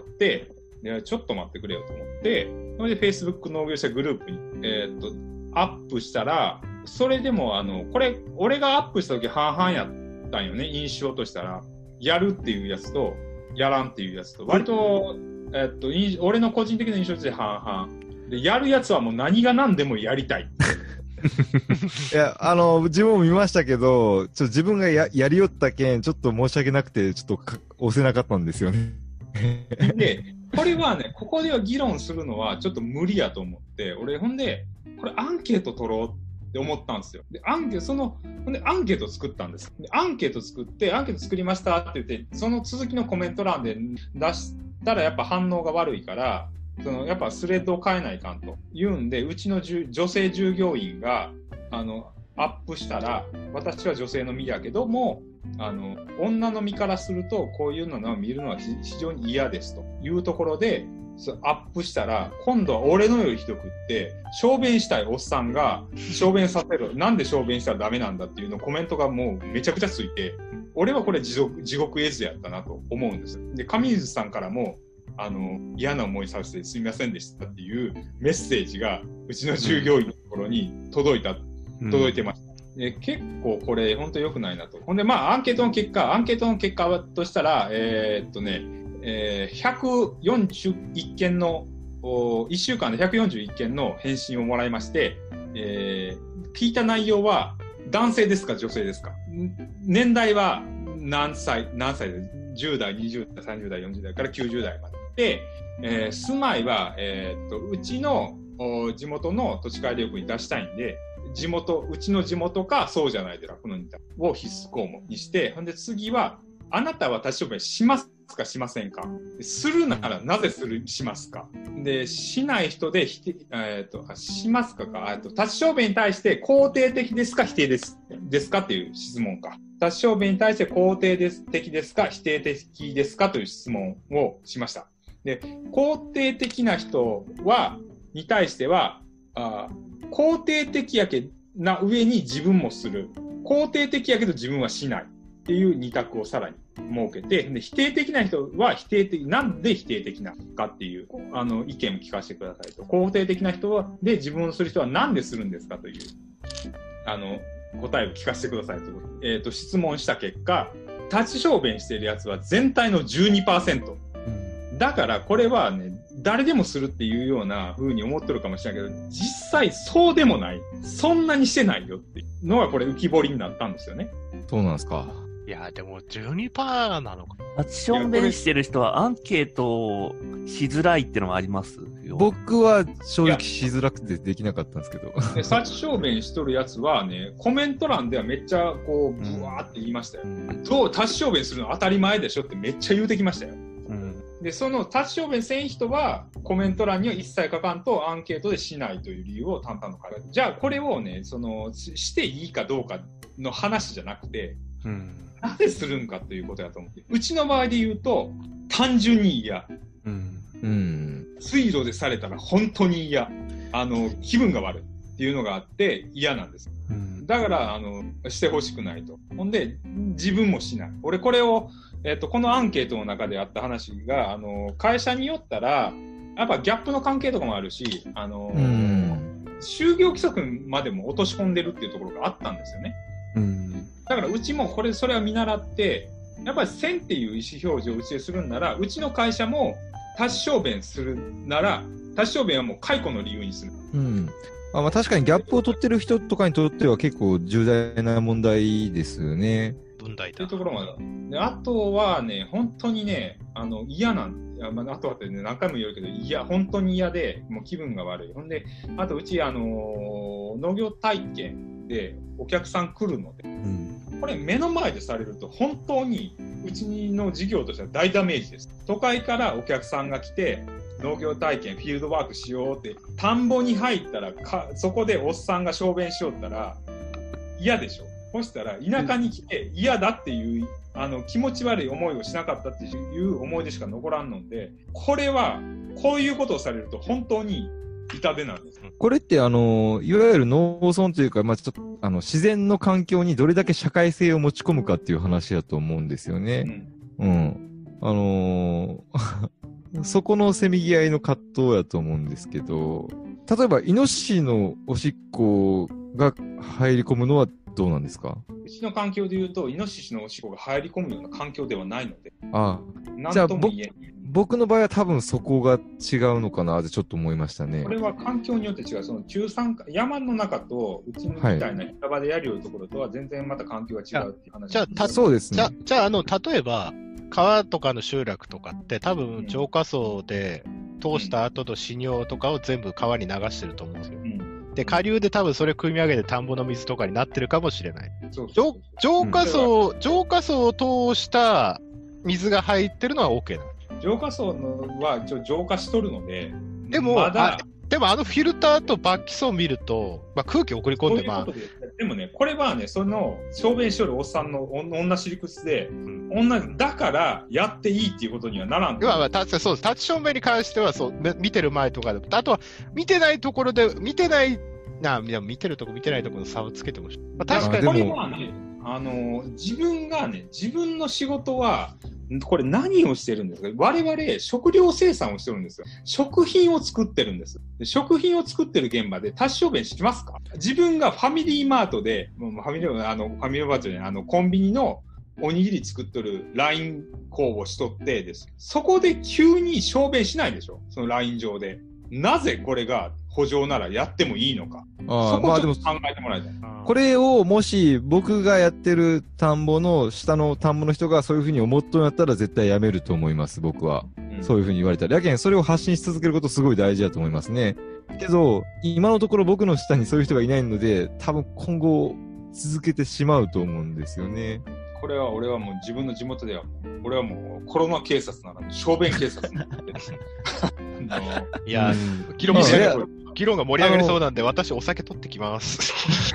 でちょっと待ってくれよと思って、それで Facebook 農業者グループに、アップしたら、それでもこれ、俺がアップした時半々やったんよね、印象としたら。やるっていうやつと、やらんっていうやつと、割と、俺の個人的な印象として半々。で、やるやつはもう何が何でもやりたい。 いや、自分も見ましたけど、自分がやりよったけん、ちょっと申し訳なくて、ちょっと押せなかったんですよね。 で、これはね、ここでは議論するのはちょっと無理やと思って、俺、ほんで、これアンケート取ろうって思ったんですよ。で、アンケート作ったんです。で、アンケート作りましたって言って、その続きのコメント欄で出したらやっぱ反応が悪いから、やっぱスレッドを変えないかんと言うんで、うちの女性従業員が、アップしたら、私は女性の身やけども、女の身からすると、こういうのを見るのは非常に嫌ですというところで、アップしたら、今度は俺のよりひどくって、小便したいおっさんが、小便させる。なんで小便したらダメなんだっていうのコメントがもうめちゃくちゃついて、俺はこれ地獄絵図やったなと思うんです。で、上水さんからも、嫌な思いさせてすみませんでしたっていうメッセージが、うちの従業員のところに届いてました。で結構これ本当良くないなと。ほんでアンケートの結果としたら、141件の、1週間で141件の返信をもらいまして、聞いた内容は男性ですか女性ですか、年代は何歳で、10代、20代、30代、40代から90代まで。で、住まいは、うちの地元の土地改良区に出したいんで、うちの地元かそうじゃないで楽の2択を必須項目にして、ほんで次は、あなたは立ち小便しますかしませんか、するならなぜしますか、で、しない人でしますかか、立ち小便に対して肯定的ですか否定ですかっていう質問か。立ち小便に対して肯定的ですか否定的ですかという質問をしました。で、肯定的な人に対しては、肯定的やけな上に自分もする。肯定的やけど自分はしない。っていう2択をさらに設けて、で否定的な人はなんで否定的なのかっていう意見を聞かせてくださいと。肯定的な人で自分をする人はなんでするんですかという答えを聞かせてくださいということ。質問した結果、立ち小便しているやつは全体の 12%。だからこれはね、誰でもするっていうような風に思ってるかもしれないけど、実際そうでもない。そんなにしてないよっていうのがこれ浮き彫りになったんですよね。 そうなんですか。 いや、でも 12% なのか。 立ち小便してる人はアンケートしづらいってのがありますよ。 僕は正直しづらくてできなかったんですけど。 で、立ち小便しとるやつはね、コメント欄ではめっちゃこう、ブワーって言いましたよ。立ち小便するの当たり前でしょってめっちゃ言うてきましたよ。で、その立ち小便せん人はコメント欄には一切書かんとアンケートでしないという理由を淡々と書いて、じゃあこれをね、していいかどうかの話じゃなくて、なぜするんかということだと思って、うちの場合で言うと単純に嫌、水路でされたら本当に嫌、気分が悪いっていうのがあって嫌なんです。だからしてほしくないと。ほんで自分もしない。俺これをこのアンケートの中であった話が会社によったらやっぱギャップの関係とかもあるし、就業規則までも落とし込んでるっていうところがあったんですよね。だからうちもそれは見習って、やっぱり1000っていう意思表示をうちでするんなら、うちの会社も立ち小便するなら、立ち小便はもう解雇の理由にする。 まあ確かにギャップを取ってる人とかにとっては結構重大な問題ですよね。 問題だ。 というところまで。あとはね、本当にね、嫌なんあとはってね、何回も言うけど、本当に嫌で、もう気分が悪い。ほんで、あとうち、農業体験でお客さん来るので、これ目の前でされると本当にうちの事業としては大ダメージです。都会からお客さんが来て農業体験フィールドワークしようって田んぼに入ったらそこでおっさんが小便しよったら嫌でしょ。そしたら田舎に来て嫌だっていう気持ち悪い思いをしなかったっていう思い出しか残らんので、これはこういうことをされると本当に痛手なんです。 これって、いわゆる農村というか、まあ、ちょっと、自然の環境にどれだけ社会性を持ち込むかっていう話だと思うんですよね。うん。そこのせめぎ合いの葛藤やと思うんですけど、例えば、イノシシのおしっこが入り込むのはどうなんですか？ うちの環境で言うと、イノシシのおしっこが入り込むような環境ではないので、 ああ。 なんとも言えない。 僕の場合は多分そこが違うのかなってちょっと思いましたね。 これは環境によって違う。その中山間、山の中と、うちみたいな平場でやるようなところとは全然また環境が違うっていう話。 じゃあ、 そうですね。 じゃあ、例えば、川とかの集落とかって多分浄化槽で通した後の死尿とかを全部川に流してると思うんですよ。で、下流で多分それ汲み上げて田んぼの水とかになってるかもしれない。浄化槽を通した水が入ってるのは OK なの。 浄化槽は浄化しとるので、 でも、でもフィルターとバッキ層を見ると、まあ、空気を送り込んで、まあ。 でもね、これはね、その、小便しとるおっさんの女尻屈で、だからやっていいっていうことにはならん。 まあ、確かにそうです。立ち小便に関しては、そう、見てる前とかで、あとは、見てないところで、見てるとこ見てないところの差をつけても、まあ、確かに。 これはね、自分の仕事は、これ何をしてるんですか？我々食料生産をしてるんですよ。食品を作ってるんです。食品を作ってる現場で立ち小便しますか？自分がファミリーマートで、ファミリーマートでコンビニのおにぎり作っとるライン工をしとってです。そこで急に小便しないでしょ？そのライン上で。なぜこれが補助ならやってもいいのか。そこをちょっと考えてもらいたい。 これをもし僕がやってる田んぼの下の田んぼの人がそういうふうに思っとんやったら絶対やめると思います、僕は。そういうふうに言われたら。やけん、それを発信し続けることすごい大事だと思いますね。けど、今のところ僕の下にそういう人がいないので、多分今後続けてしまうと思うんですよね。 これは俺はもう自分の地元では、俺はもうコロナ警察なら小便警察なんで。 いや、議論が盛り上がりそうなんで、私お酒取ってきます。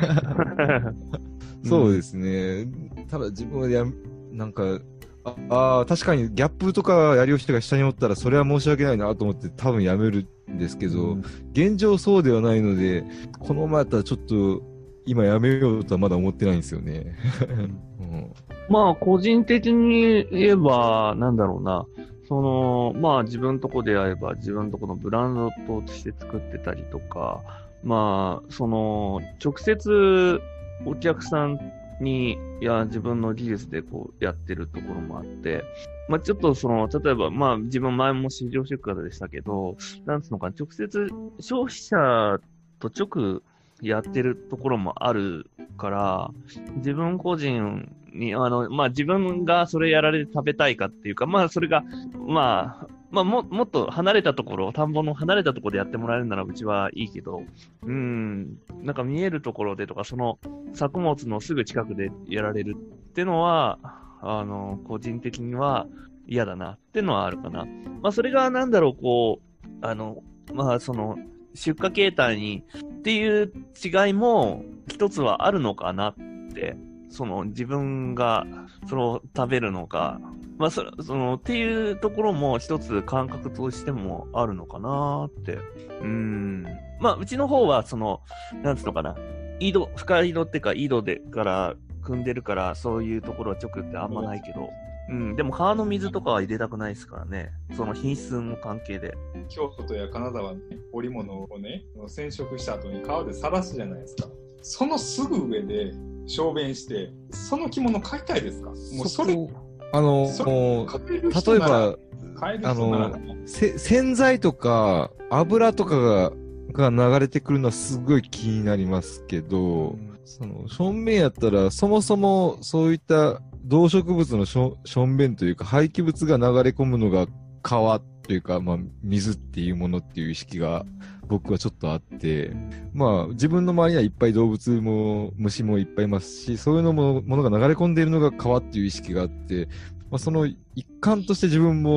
そうですね。ただ自分はなんか、確かにギャップとかやる人が下におったらそれは申し訳ないなと思って多分やめるんですけど、現状そうではないので、このままやったらちょっと今やめようとはまだ思ってないんですよね。 まあ個人的に言えば、なんだろうな。まあ自分とこであれば自分とこのブランドとして作ってたりとか、まあ直接お客さんに、自分の技術でこうやってるところもあって、まあちょっと例えばまあ自分前も市場出荷でしたけど、なんつうのかな、直接消費者と直やってるところもあるから、自分個人に、まあ、自分がそれやられて食べたいかっていうか、まあ、それが、まあ、もっと離れたところ、田んぼの離れたところでやってもらえるならうちはいいけど、なんか見えるところでとか、その作物のすぐ近くでやられるってのは、個人的には嫌だなってのはあるかな。まあ、それがなんだろう、こう、まあ、出荷形態にっていう違いも一つはあるのかなって、自分が食べるのか、まあっていうところも一つ感覚としてもあるのかなって。まあうちの方はなんつうのかな、深井戸ってか井戸でから汲んでるからそういうところは直ってあんまないけど。でも川の水とかは入れたくないですからね。その品質の関係で。 京都や金沢の織物をね、染色した後に川で晒すじゃないですか。そのすぐ上で小便して、その着物買いたいですか？もうそれ、例えば、洗剤とか油とかが流れてくるのはすごい気になりますけど、正面やったらそもそもそういった動植物のしょんべんというか廃棄物が流れ込むのが川というか、まあ、水っていうものっていう意識が僕はちょっとあって、まあ自分の周りにはいっぱい動物も虫もいっぱいいますし、そういうものが流れ込んでいるのが川っていう意識があって、まあ、その一環として自分も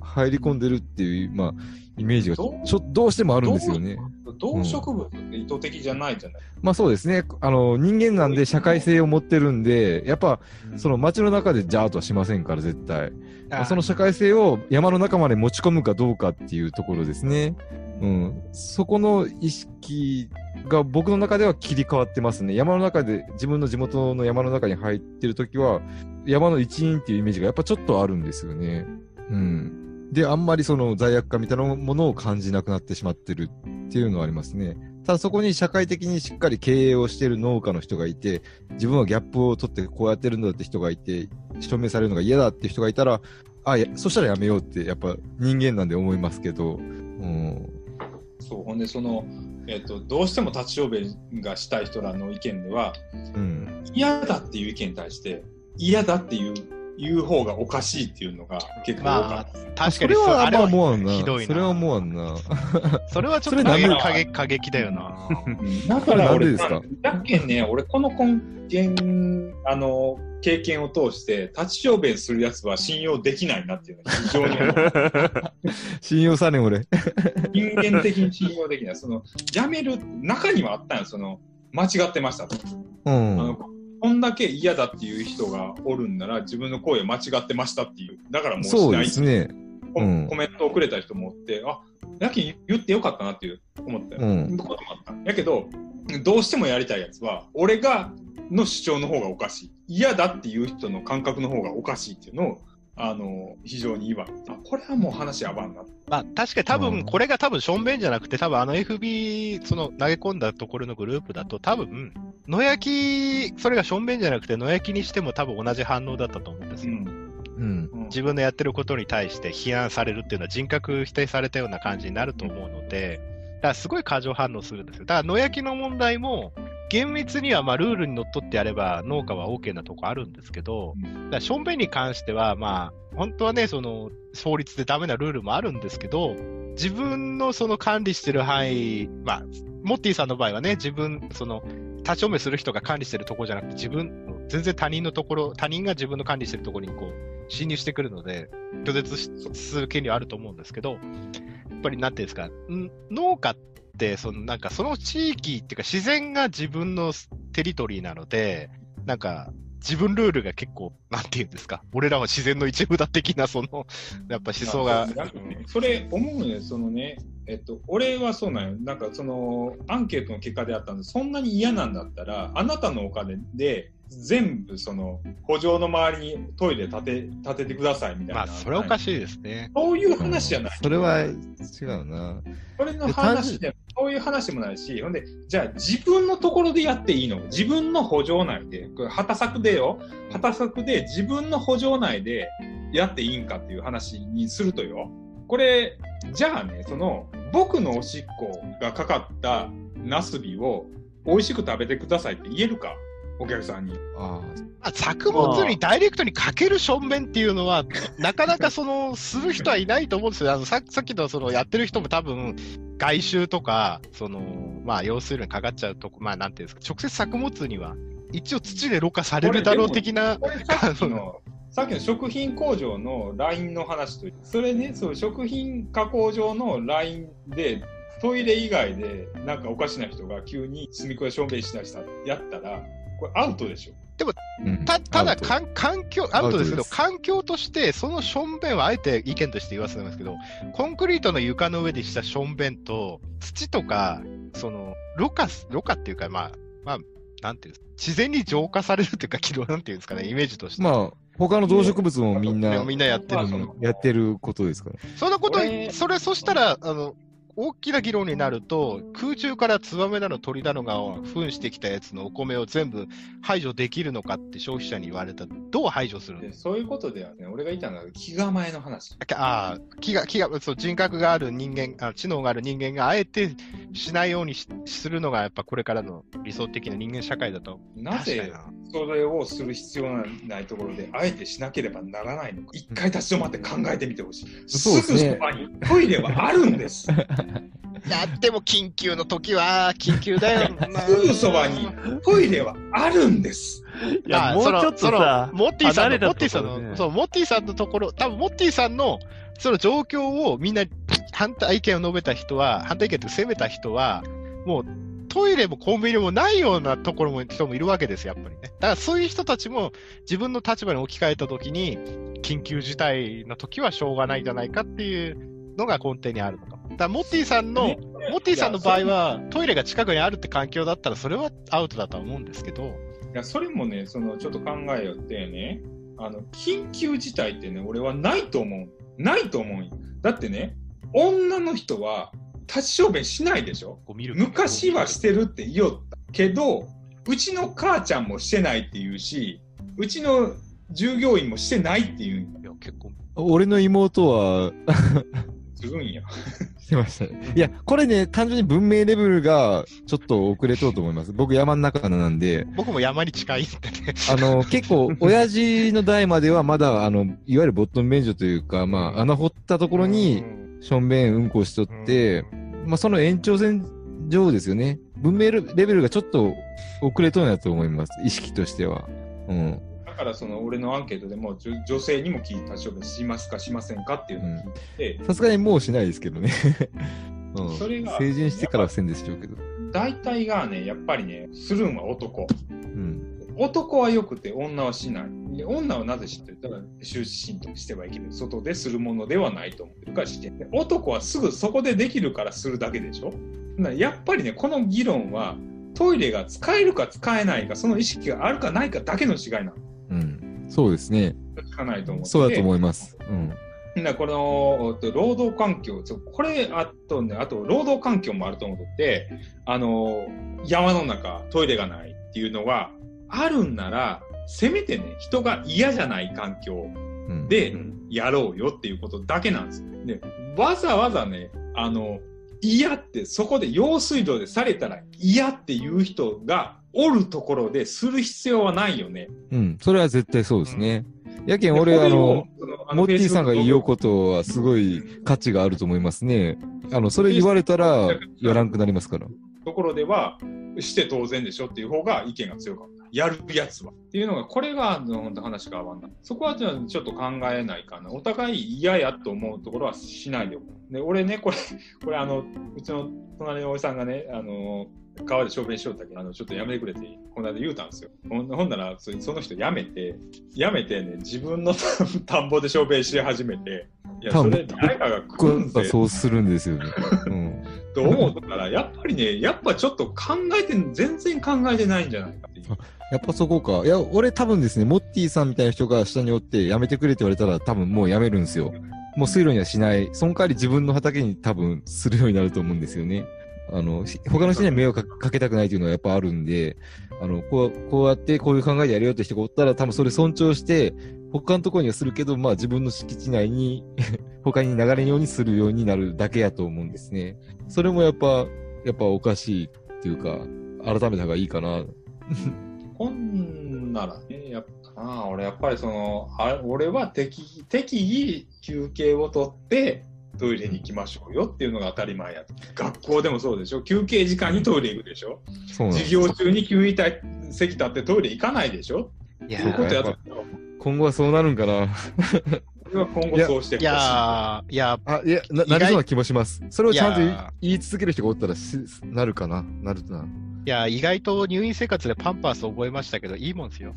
入り込んでるっていう、まあ、イメージがどうしてもあるんですよね。 動植物って意図的じゃないじゃない、 まあそうですね。人間なんで社会性を持ってるんで、やっぱ、その街の中でジャーとはしませんから、絶対。その社会性を山の中まで持ち込むかどうかっていうところですね。うん。そこの意識が僕の中では切り替わってますね。山の中で、自分の地元の山の中に入ってるときは、山の一員っていうイメージがやっぱちょっとあるんですよね。うん。で、あんまりその罪悪感みたいなものを感じなくなってしまってるっていうのはありますね。ただそこに社会的にしっかり経営をしている農家の人がいて、自分はギャップを取ってこうやってるんだって人がいて、証明されるのが嫌だって人がいたら、そしたらやめようってやっぱ人間なんで思いますけど、 そう、ほんでどうしても立ち小便がしたい人らの意見では、嫌だっていう意見に対して嫌だって言う方がおかしいっていうのが結構多かった。 確かにそれはまあ思わんな。 ひどいな。 それは思わんな。 それはちょっと過激だよな。 だから俺ですか。 だっけんね、俺この根源経験を通して立ち小便するやつは信用できないなっていうのは非常に思う。 信用さねん俺。 人間的に信用できない。やめる中にはあったんよ。間違ってましたと。こんだけ嫌だっていう人がおるんなら自分の行為は間違ってましたっていう。だからもうしない。 そうですね。 コメントをくれた人もおって、やけん言ってよかったなって思ったよ。こともあった。やけど、どうしてもやりたいやつは、俺の主張の方がおかしい。嫌だっていう人の感覚の方がおかしいっていうのを、非常に言われた。これはもう話やばんな。 まあ確かに多分、これが多分正面じゃなくて、多分FB、投げ込んだところのグループだと、多分、野焼き、それが正面じゃなくて野焼きにしても多分同じ反応だったと思うんですよ。自分のやってることに対して批判されるっていうのは人格否定されたような感じになると思うので、だからすごい過剰反応するんですよ。だから野焼きの問題も、厳密にはまあルールにのっとってやれば農家は OK なとこあるんですけど、だから正面に関しては、まあ、本当はね、法律でダメなルールもあるんですけど、自分の管理してる範囲、まあ、モッティさんの場合はね、自分、立ち小便する人が管理してるところじゃなくて、全然他人が自分の管理してるところに侵入してくるので、拒絶する権利はあると思うんですけど、やっぱりなんていうんですか、農家って、その地域っていうか自然が自分のテリトリーなので、自分ルールが結構、なんていうんですか、俺らは自然の一部だ的な、やっぱ思想が。 それ思うのよ、俺はそうなんよ。アンケートの結果であったんで、そんなに嫌なんだったら、あなたのお金で、全部補助の周りにトイレ建ててくださいみたいな。 まあそれはおかしいですね。 そういう話じゃない。 それは違うな。 これの話でそういう話もないし、ほんでじゃあ自分のところでやっていいの？自分の補助内で、これ畑作で自分の補助内でやっていいんかっていう話にするとよ。これじゃあね、僕のおしっこがかかったナスビを美味しく食べてくださいって言えるか？お客さんに。 作物にダイレクトにかける正面っていうのは、なかなかする人はいないと思うんですよ。さっきのやってる人も多分、外周とか、まあ、用水路にかかっちゃうとこ、まあ、なんていうんですか、直接作物には、一応土でろ過されるだろう的な。 さっきの食品工場のラインの話と、それね、食品加工場のラインで、トイレ以外でなんかおかしな人が急に隅っこで証明しだしたやったら、これアウトでしょ。 でも、ただ環境、アウトですけど、環境として、そのしょんべんはあえて意見として言わせますけど、コンクリートの床の上でしたしょんべんと、土とか、ろ過っていうか、まあ、なんていうんですか、自然に浄化されるっていうか、なんていうんですかね、イメージとして。 まあ、他の動植物もみんなやってる。 やってることですから。 そんなこと、そしたら、大きな議論になると、空中からツバメだの鳥だのが糞してきたやつのお米を全部排除できるのかって消費者に言われたら、どう排除するの？ そういうことではね、俺が言ったのは気構えの話。 人格がある人間、知能がある人間があえてしないようにするのが、やっぱこれからの理想的な人間社会だと。 なぜそれをする必要がないところで、あえてしなければならないのか。一回立ち止まって考えてみてほしい。すぐそばにトイレはあるんです。 でも緊急の時は緊急だよ。 すぐそばにトイレはあるんです。 いや、もうちょっとさ、 モッティさんのところ、多分モッティさんのその状況をみんな反対意見を述べた人は、反対意見って責めた人は、もうトイレもコンビニもないようなところも人もいるわけですよ、やっぱりね。だからそういう人たちも自分の立場に置き換えたときに、緊急事態の時はしょうがないんじゃないかっていうのが根底にあるのかも。だからモッティさんの場合は、トイレが近くにあるって環境だったら、それはアウトだとは思うんですけど。 いや、それもね、ちょっと考えよってね、緊急事態ってね、俺はないと思う。ないと思うよ。だってね、女の人は立ち小便しないでしょ。昔はしてるって言おったけど、うちの母ちゃんもしてないって言うし、うちの従業員もしてないって言うんよ。 結構。俺の妹はするんや。 してましたね。いや、これね、単純に文明レベルがちょっと遅れとうと思います。僕山の中なんで。 僕も山に近いんでね。 結構、親父の代まではまだ、いわゆるボットン便所というか、まあ、穴掘ったところに、しょんべんうんこしとって、まあ、その延長線上ですよね。文明レベルがちょっと遅れとんやと思います。意識としては。うん。 だから俺のアンケートでも女性にも聞いた立ち小便しますかしませんかっていうのを聞いて、 さすがにもうしないですけどね。うん、 それが成人してからはせんでしょうけど。 大体がね、やっぱりね、するんは男。 うん。 男はよくて女はしない。で女はなぜ知ってる？だから羞恥心としてはいける。外でするものではないと思ってるからしてる。男はすぐそこでできるからするだけでしょ。やっぱりね、この議論はトイレが使えるか使えないか、その意識があるかないかだけの違いなの。 うん。そうですね。 しかないと思って。 そうだと思います。うん。 この労働環境、これあと労働環境もあると思って、山の中トイレがないっていうのはあるんなら、せめてね、人が嫌じゃない環境でやろうよっていうことだけなんですよ。で、わざわざね、嫌ってそこで用水道でされたら嫌っていう人がおるところでする必要はないよね。 うん、それは絶対そうですね。やけん俺モッティさんが言おうことはすごい価値があると思いますね。それ言われたらやらんくなりますから。 ところではして当然でしょっていう方が意見が強かった。やるやつはっていうのが、これが本当話が合わない。そこはじゃあちょっと考えないかな。お互い嫌やと思うところはしないでおこう。で、俺ね、これうちの隣のおじさんがね、川で小便しよったけど、ちょっとやめてくれってこの間言うたんですよ。ほんならその人やめてね、自分の田んぼで小便し始めて、いや、それ誰かが来るんで。 そうするんですよね。うん。 と思うから、やっぱりね、ちょっと全然考えてないんじゃないかっていう。 やっぱそこか。いや、俺多分ですね、モッティさんみたいな人が下におってやめてくれって言われたら多分もうやめるんですよ。もう水路にはしない。その代わり自分の畑に多分するようになると思うんですよね。他の人には迷惑かけたくないというのはやっぱあるんで、こうやってこういう考えでやるよって人がおったら多分それ尊重して、他のところにはするけど、まあ自分の敷地内に他に流れんようにするようになるだけやと思うんですね。それもやっぱおかしいっていうか、改めた方がいいかな。 ほんならね、俺やっぱり俺は適宜休憩を取ってトイレに行きましょうよっていうのが当たり前やと。学校でもそうでしょ。休憩時間にトイレ行くでしょ。授業中に席立ってトイレ行かないでしょ。 いやそういうことやと。 今後はそうなるんかな。 俺は今後そうしてほしい。 なりそうな気もします。それをちゃんと言い続ける人がおったらなるかな。なるな。 いや、意外と入院生活でパンパース覚えましたけど、いいもんですよ。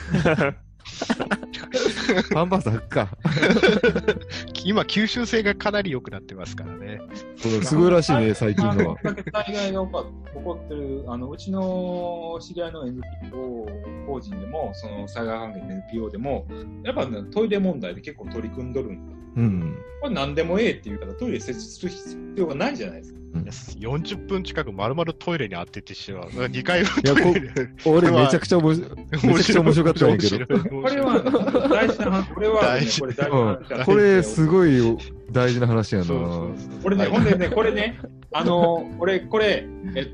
パンパース履くか。 今、吸収性がかなり良くなってますからね。 すごいらしいね、最近のは。 災害が起こってる、うちの知り合いの NPO 法人でも、その災害関係の NPO でも、やっぱ、ね、トイレ問題で結構取り組んどるんで。 うん。 これ何でもええっていうから、トイレ設置する必要がないじゃないですか。 40分近く丸々トイレに当ててしまう。2回分トイレ。 俺めちゃくちゃ面白かったんやけど。 これは大事な話。これは、ね、これ大事な話。 これすごい大事な話やな。 これね、ほんでね、これね、これ、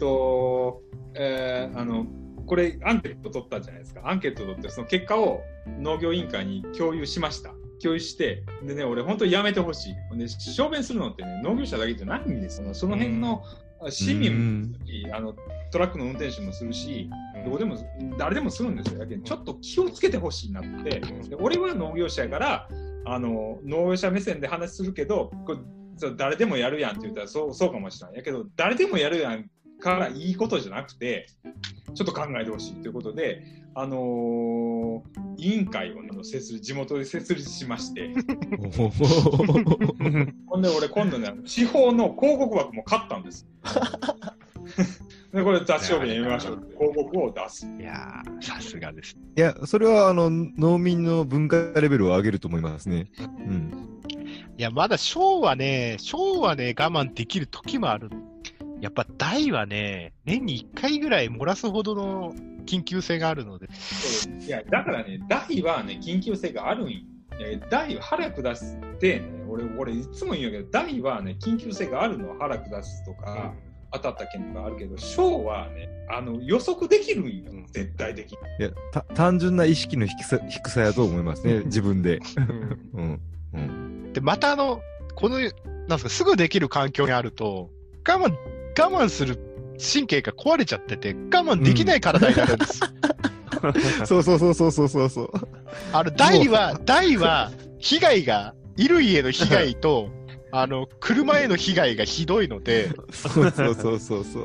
これアンケート取ったじゃないですか。アンケート取ってその結果を農業委員会に共有しました。共有して、でね、俺本当にやめてほしい。で、小便するのってね、農業者だけじゃないんですよ。その辺の市民もするし、トラックの運転手もするし、どこでも誰でもするんですよ。だけどちょっと気をつけてほしいなって。で、俺は農業者やから農業者目線で話するけど、これ誰でもやるやんって言ったらそうかもしれない。やけど、誰でもやるやんからいいことじゃなくて、ちょっと考えてほしいということで、委員会を地元で設立しまして、ほんで俺今度ね、地方の広告枠も買ったんです。でこれ雑誌商品で読みましょうって広告を出す。 いやー、さすがです。 いや、それは農民の文化レベルを上げると思いますね。うん。 いや、まだ小はね、我慢できる時もある。やっぱ大はね、年に1回ぐらい漏らすほどの緊急性があるので。 いや、だからね、大はね、緊急性があるんよ。大は腹下してね、俺いつも言うんやけど、大はね、緊急性があるのは腹下すとか、当たった件とかあるけど、小はね、予測できるんよ、絶対的に。 いや、単純な意識の低さやと思いますね、自分で。うんうん、 で、またこの、なんですか、すぐできる環境にあると、我慢する神経が壊れちゃってて、我慢できない体になるんです。 そう。 大は、被害が、衣類への被害と、車への被害がひどいので、 そう。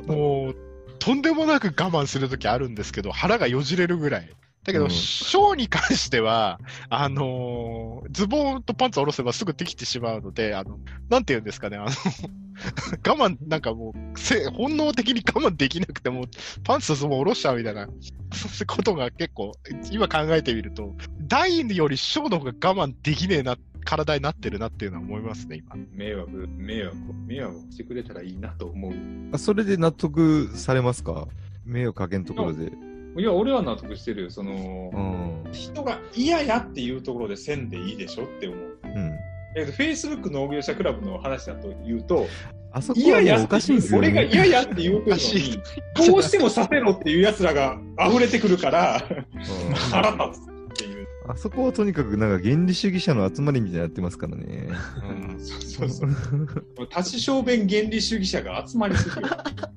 もう、とんでもなく我慢するときあるんですけど、腹がよじれるぐらい。だけど、ショーに関しては、ズボンとパンツを下ろせばすぐできてしまうので、なんて言うんですかね、我慢、なんかもう、本能的に我慢できなくても、パンツとズボンを下ろしちゃうみたいな、そういうことが結構、今考えてみると、大よりショーの方が我慢できねえな、体になってるなっていうのは思いますね、今。 迷惑してくれたらいいなと思う。 それで納得されますか？迷惑かけんところで。 いや、俺は納得してるよ。人が嫌やっていうところでせんでいいでしょって思う。Facebook 農業者クラブの話だと言うと、 あそこはもうおかしいんですよね。 俺が嫌やって言うてるのに、どうしてもさせろっていう奴らが溢れてくるから、腹立つっていう。 あそこはとにかくなんか原理主義者の集まりみたいになってますからね。 そう。立ち小便原理主義者が集まりすぎる。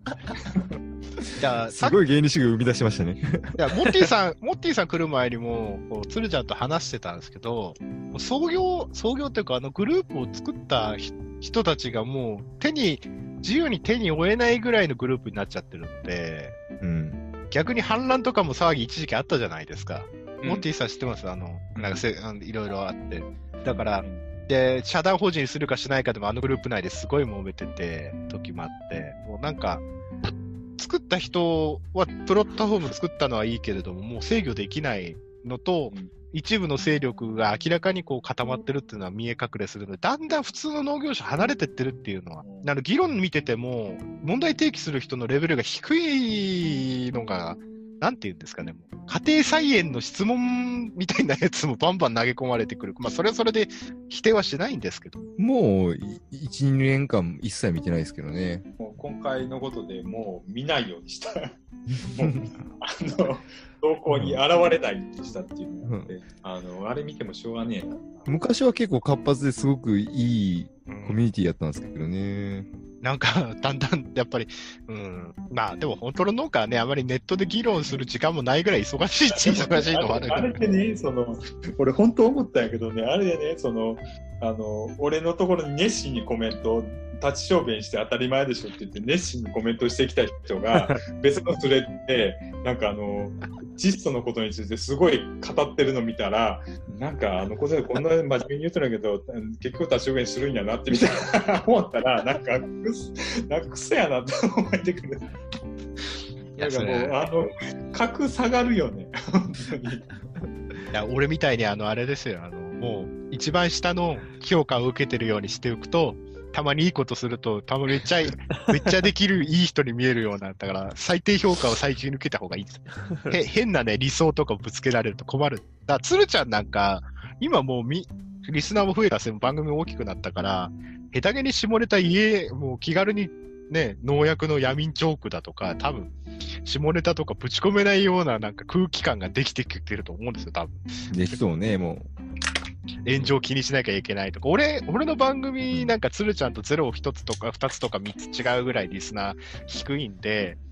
すごい原理主義を生み出しましたね。 いや、モッティさん来る前にも、鶴ちゃんと話してたんですけど、創業っていうか、グループを作った人たちがもう自由に手に負えないぐらいのグループになっちゃってるので、逆に反乱とかも騒ぎ一時期あったじゃないですか。モッティさん知ってます？なんかいろいろあって。だから、で、社団法人にするかしないかでもグループ内ですごい揉めてて、時もあって、もうなんか、作った人はプラットフォーム作ったのはいいけれども、もう制御できないのと、一部の勢力が明らかに固まってるっていうのは見え隠れするので、だんだん普通の農業者離れてってるっていうのは、議論見てても、問題提起する人のレベルが低いのが、なんて言うんですかね、もう家庭菜園の質問みたいなやつもバンバン投げ込まれてくる。まあ、それはそれで否定はしないんですけど。 もう、1、2年間一切見てないですけどね。 もう今回のことでもう見ないようにした。もう、動向に現れないようにしたっていうので、あれ見てもしょうがねえな。 昔は結構活発ですごくいいコミュニティやったんですけどね。 なんか、だんだん、やっぱり、まあ、でも本当の農家はね、あまりネットで議論する時間もないぐらい忙しいっちゃ忙しいのもある。 あれってね、俺本当思ったんやけどね、あれでね、俺のところに熱心にコメントを立ち小便して当たり前でしょって言って熱心にコメントしてきた人が別のスレでなんか窒素のことについてすごい語ってるの見たらなんかこれこんな真面目に言うとるんやけど結局立ち小便するんやなってみたいな思ったらなんかクソやなって思えてくる。なんかもう格下がるよね本当に。いや俺みたいにあれですよもう一番下の評価を受けてるようにしておくとたまにいいことするとたまにめっちゃできるいい人に見えるようなだから最低評価を最初に受けた方がいいです変なね理想とかをぶつけられると困る。だから鶴ちゃんなんか今もうリスナーも増えたし番組も大きくなったから下手げに下ネタもう気軽にね農薬のヤミンチョークだとか多分下ネタとかぶち込めないようななんか空気感ができてきてると思うんですよ多分。 できそうねもう。 炎上気にしなきゃいけないとか俺の番組なんか鶴ちゃんと0を1つとか2つとか3つ違うぐらいリスナー低いんで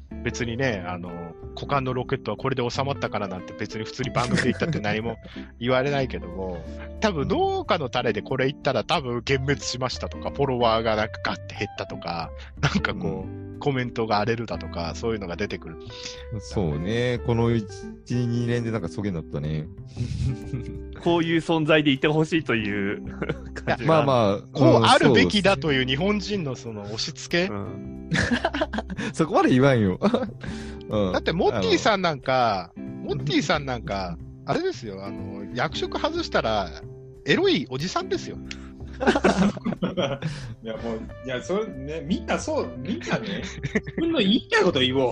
別にね、股間のロケットはこれで収まったからなんて別に普通に番組で言ったって何も言われないけども、多分農家の種でこれ言ったら多分幻滅しましたとか、フォロワーがなんかガッて減ったとか、なんかこう、コメントが荒れるだとか、そういうのが出てくる。 そうね。この1、2年でなんかそげになったね。 こういう存在でいてほしいという感じが。 まあまあ、 こうあるべきだという日本人のその押し付け、 そこまで言わんよ。 だってモッティさんなんか、あれですよ、役職外したら、エロいおじさんですよ。 いや、もう、いや、それね、みんなね、自分の言いたいこと言おう。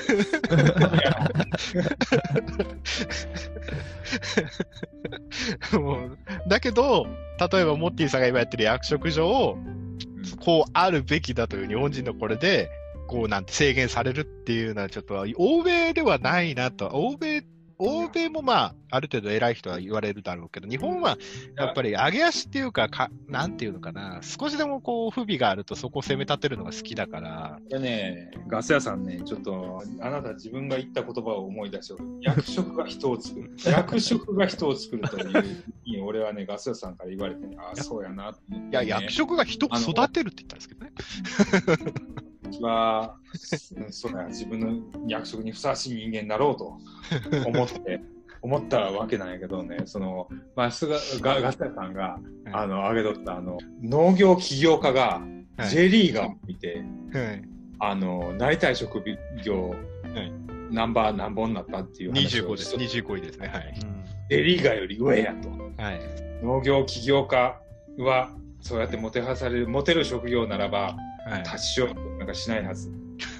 もうだけど、例えばモッティさんが今やってる役職上、こうあるべきだという日本人のこれで、こうなんて制限されるっていうのはちょっと欧米ではないなと。欧米もまあ、ある程度偉い人は言われるだろうけど、日本はやっぱり上げ足っていうか、なんていうのかな、少しでもこう不備があるとそこを攻め立てるのが好きだから。 これね、ガス屋さんね、ちょっと、あなた自分が言った言葉を思い出しておる。役職が人を作る。役職が人を作るというに、俺はね、ガス屋さんから言われてね、ああ、そうやなって思ってね、 いや、役職が人を育てるって言ったんですけどね。 は、そうや、自分の役職にふさわしい人間になろうと思ったわけなんやけどね、ガス屋さんが、挙げとった農業起業家が J リーガーを見て、なりたい職業、何本になったっていう話を 25位ですね。はい。 J リーガーより上やと。 はい、 農業起業家はそうやってモテる職業ならば、立ち勝負なんかしないはず。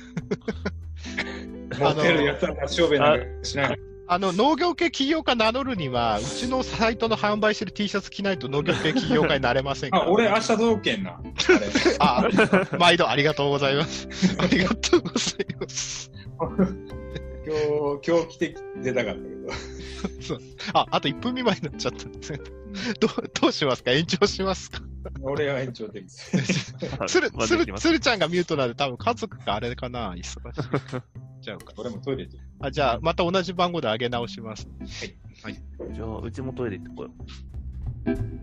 モテるやつは立ち勝負なんかしないはず。 農業系起業家名乗るには、うちのサイトの販売してる T シャツ着ないと農業系起業家になれませんから。 俺、明日届けんな。 毎度ありがとうございます。ありがとうございます。 今日来て出たかったけど。 あと1分未満になっちゃったんですね。どうしますか？延長しますか？ 俺は延長できつるちゃんがミュートなんで多分家族があれかな、忙しい。ちゃうか。 俺もトイレで。 じゃあまた同じ番号で上げ直します。 はい。 じゃあうちもトイレ行ってこよう。